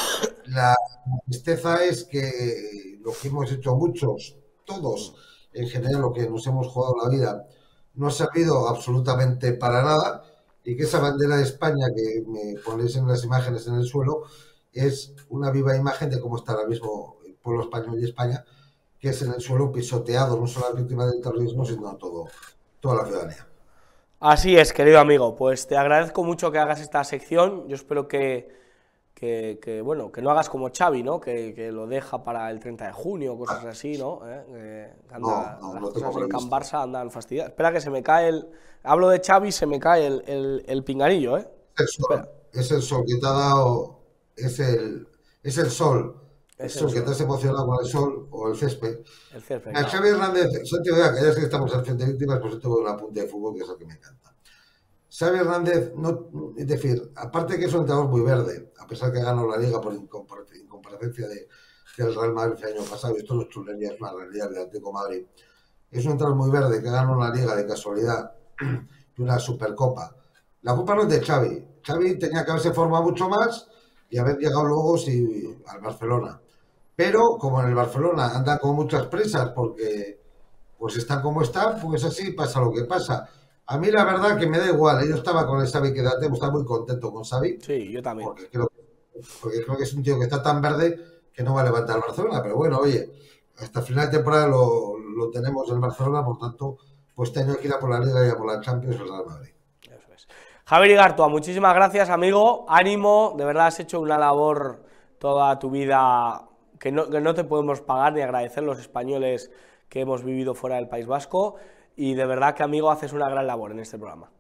La tristeza es que lo que hemos hecho muchos, todos en general, lo que nos hemos jugado la vida, no ha servido absolutamente para nada, y que esa bandera de España que me ponéis en las imágenes en el suelo es una viva imagen de cómo está ahora mismo el pueblo español y España, que es en el suelo pisoteado, no solo las víctimas del terrorismo, sino todo, toda la ciudadanía. Así es, querido amigo, pues te agradezco mucho que hagas esta sección. Yo espero que, que, que bueno, que no hagas como Xavi, ¿no? Que, que lo deja para el treinta de junio, cosas así, ¿no? ¿Eh? Que anda, no, no, las no cosas en Can Barça andan fastidiadas. Espera que se me cae el... Hablo de Xavi, se me cae el, el, el pinganillo, ¿eh? Es el sol, es el sol que te ha dado, es el, es el sol. Es el sol que te has emocionado con el sol o el césped. El césped. A Xavi Hernández, Santiago, que ya sé que estamos al frente de víctimas, pues yo tengo una punta de fútbol que es lo que me encanta. Xavi Hernández, no, es decir, aparte de que es un entrenador muy verde, a pesar que ganó la Liga por incomparecencia de, del Real Madrid el año pasado, y esto no es chulería, es una realidad del Atlético de Madrid, es un entrenador muy verde que ganó una Liga de casualidad y una Supercopa. La culpa no es de Xavi. Xavi tenía que haberse formado mucho más y haber llegado luego sí, al Barcelona. Pero como en el Barcelona andan con muchas prisas porque pues están como están, pues así pasa lo que pasa. A mí la verdad que me da igual, yo estaba con el Xavi que date, estaba muy contento con Xavi. Sí, yo también. Porque creo, porque creo que es un tío que está tan verde que no va a levantar el Barcelona, pero bueno, oye, hasta final de temporada lo, lo tenemos en el Barcelona, por tanto, pues este año hay que ir a por la Liga y a por la Champions y el Real Madrid. Eso es. Javier Igartua, muchísimas gracias, amigo, ánimo, de verdad has hecho una labor toda tu vida que no, que no te podemos pagar ni agradecer los españoles que hemos vivido fuera del País Vasco. Y de verdad que, amigo, haces una gran labor en este programa.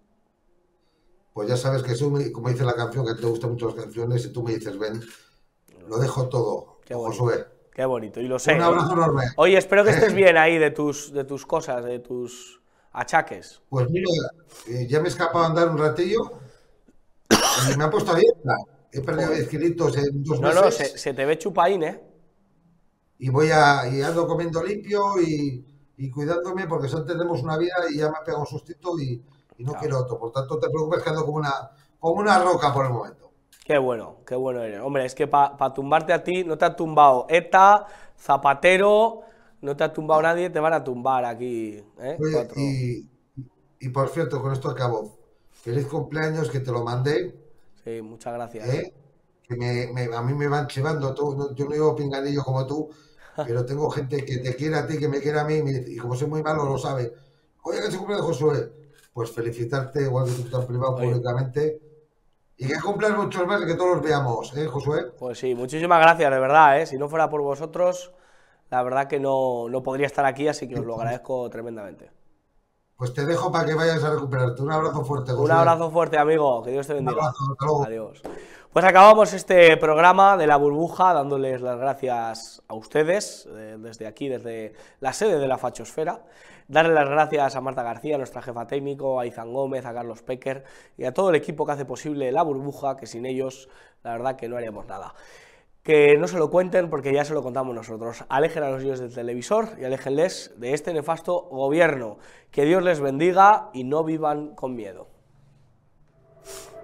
Pues ya sabes que eso, como dice la canción, que te gustan mucho las canciones, y tú me dices, ven, lo dejo todo, Qué bonito. Josué. Qué bonito, y lo sé. Un abrazo enorme. Oye, espero que estés bien ahí de tus, de tus cosas, de tus achaques. Pues mira, eh, ya me he escapado a andar un ratillo y me han puesto a dieta. He perdido diez kilitos en dos No, meses. no, se, se te ve chupaín, ¿eh? Y voy a, y ando comiendo limpio y, y cuidándome porque solo tenemos una vida y ya me ha pegado un sustito y, y no Claro. quiero otro. Por tanto, te preocupes que ando como una, como una roca por el momento. Qué bueno, qué bueno eres. Hombre, es que para pa tumbarte a ti no te ha tumbado ETA, Zapatero, no te ha tumbado nadie, te van a tumbar aquí. ¿eh? Oye, Cuatro. y, y por cierto, con esto acabo. Feliz cumpleaños, que te lo mandé. Sí, muchas gracias. ¿eh? Que me, me- a mí me van chivando. Tú, no- yo no llevo pinganillo como tú, pero tengo gente que te quiere a ti, que me quiere a mí, me- y como soy muy malo lo sabe. Oye, que se cumple de Josué. Pues felicitarte, igual que tú tan privado, Oye. públicamente. Y que cumplas muchos más y que todos los veamos, ¿eh, Josué? Pues sí, muchísimas gracias, de verdad, ¿eh? Si no fuera por vosotros, la verdad que no, no podría estar aquí, así que os lo agradezco tremendamente. Pues te dejo para que vayas a recuperarte. Un abrazo fuerte, Josué. Un abrazo fuerte, amigo, que Dios te Un bendiga. abrazo, hasta luego. Adiós. Pues acabamos este programa de La Burbuja dándoles las gracias a ustedes, eh, desde aquí, desde la sede de la Fachosfera. Darle las gracias a Marta García, nuestra jefa técnico, a Izan Gómez, a Carlos Pecker y a todo el equipo que hace posible La Burbuja, que sin ellos, la verdad que no haríamos nada. Que no se lo cuenten porque ya se lo contamos nosotros. Alejen a los niños del televisor y aléjenles de este nefasto gobierno. Que Dios les bendiga y no vivan con miedo.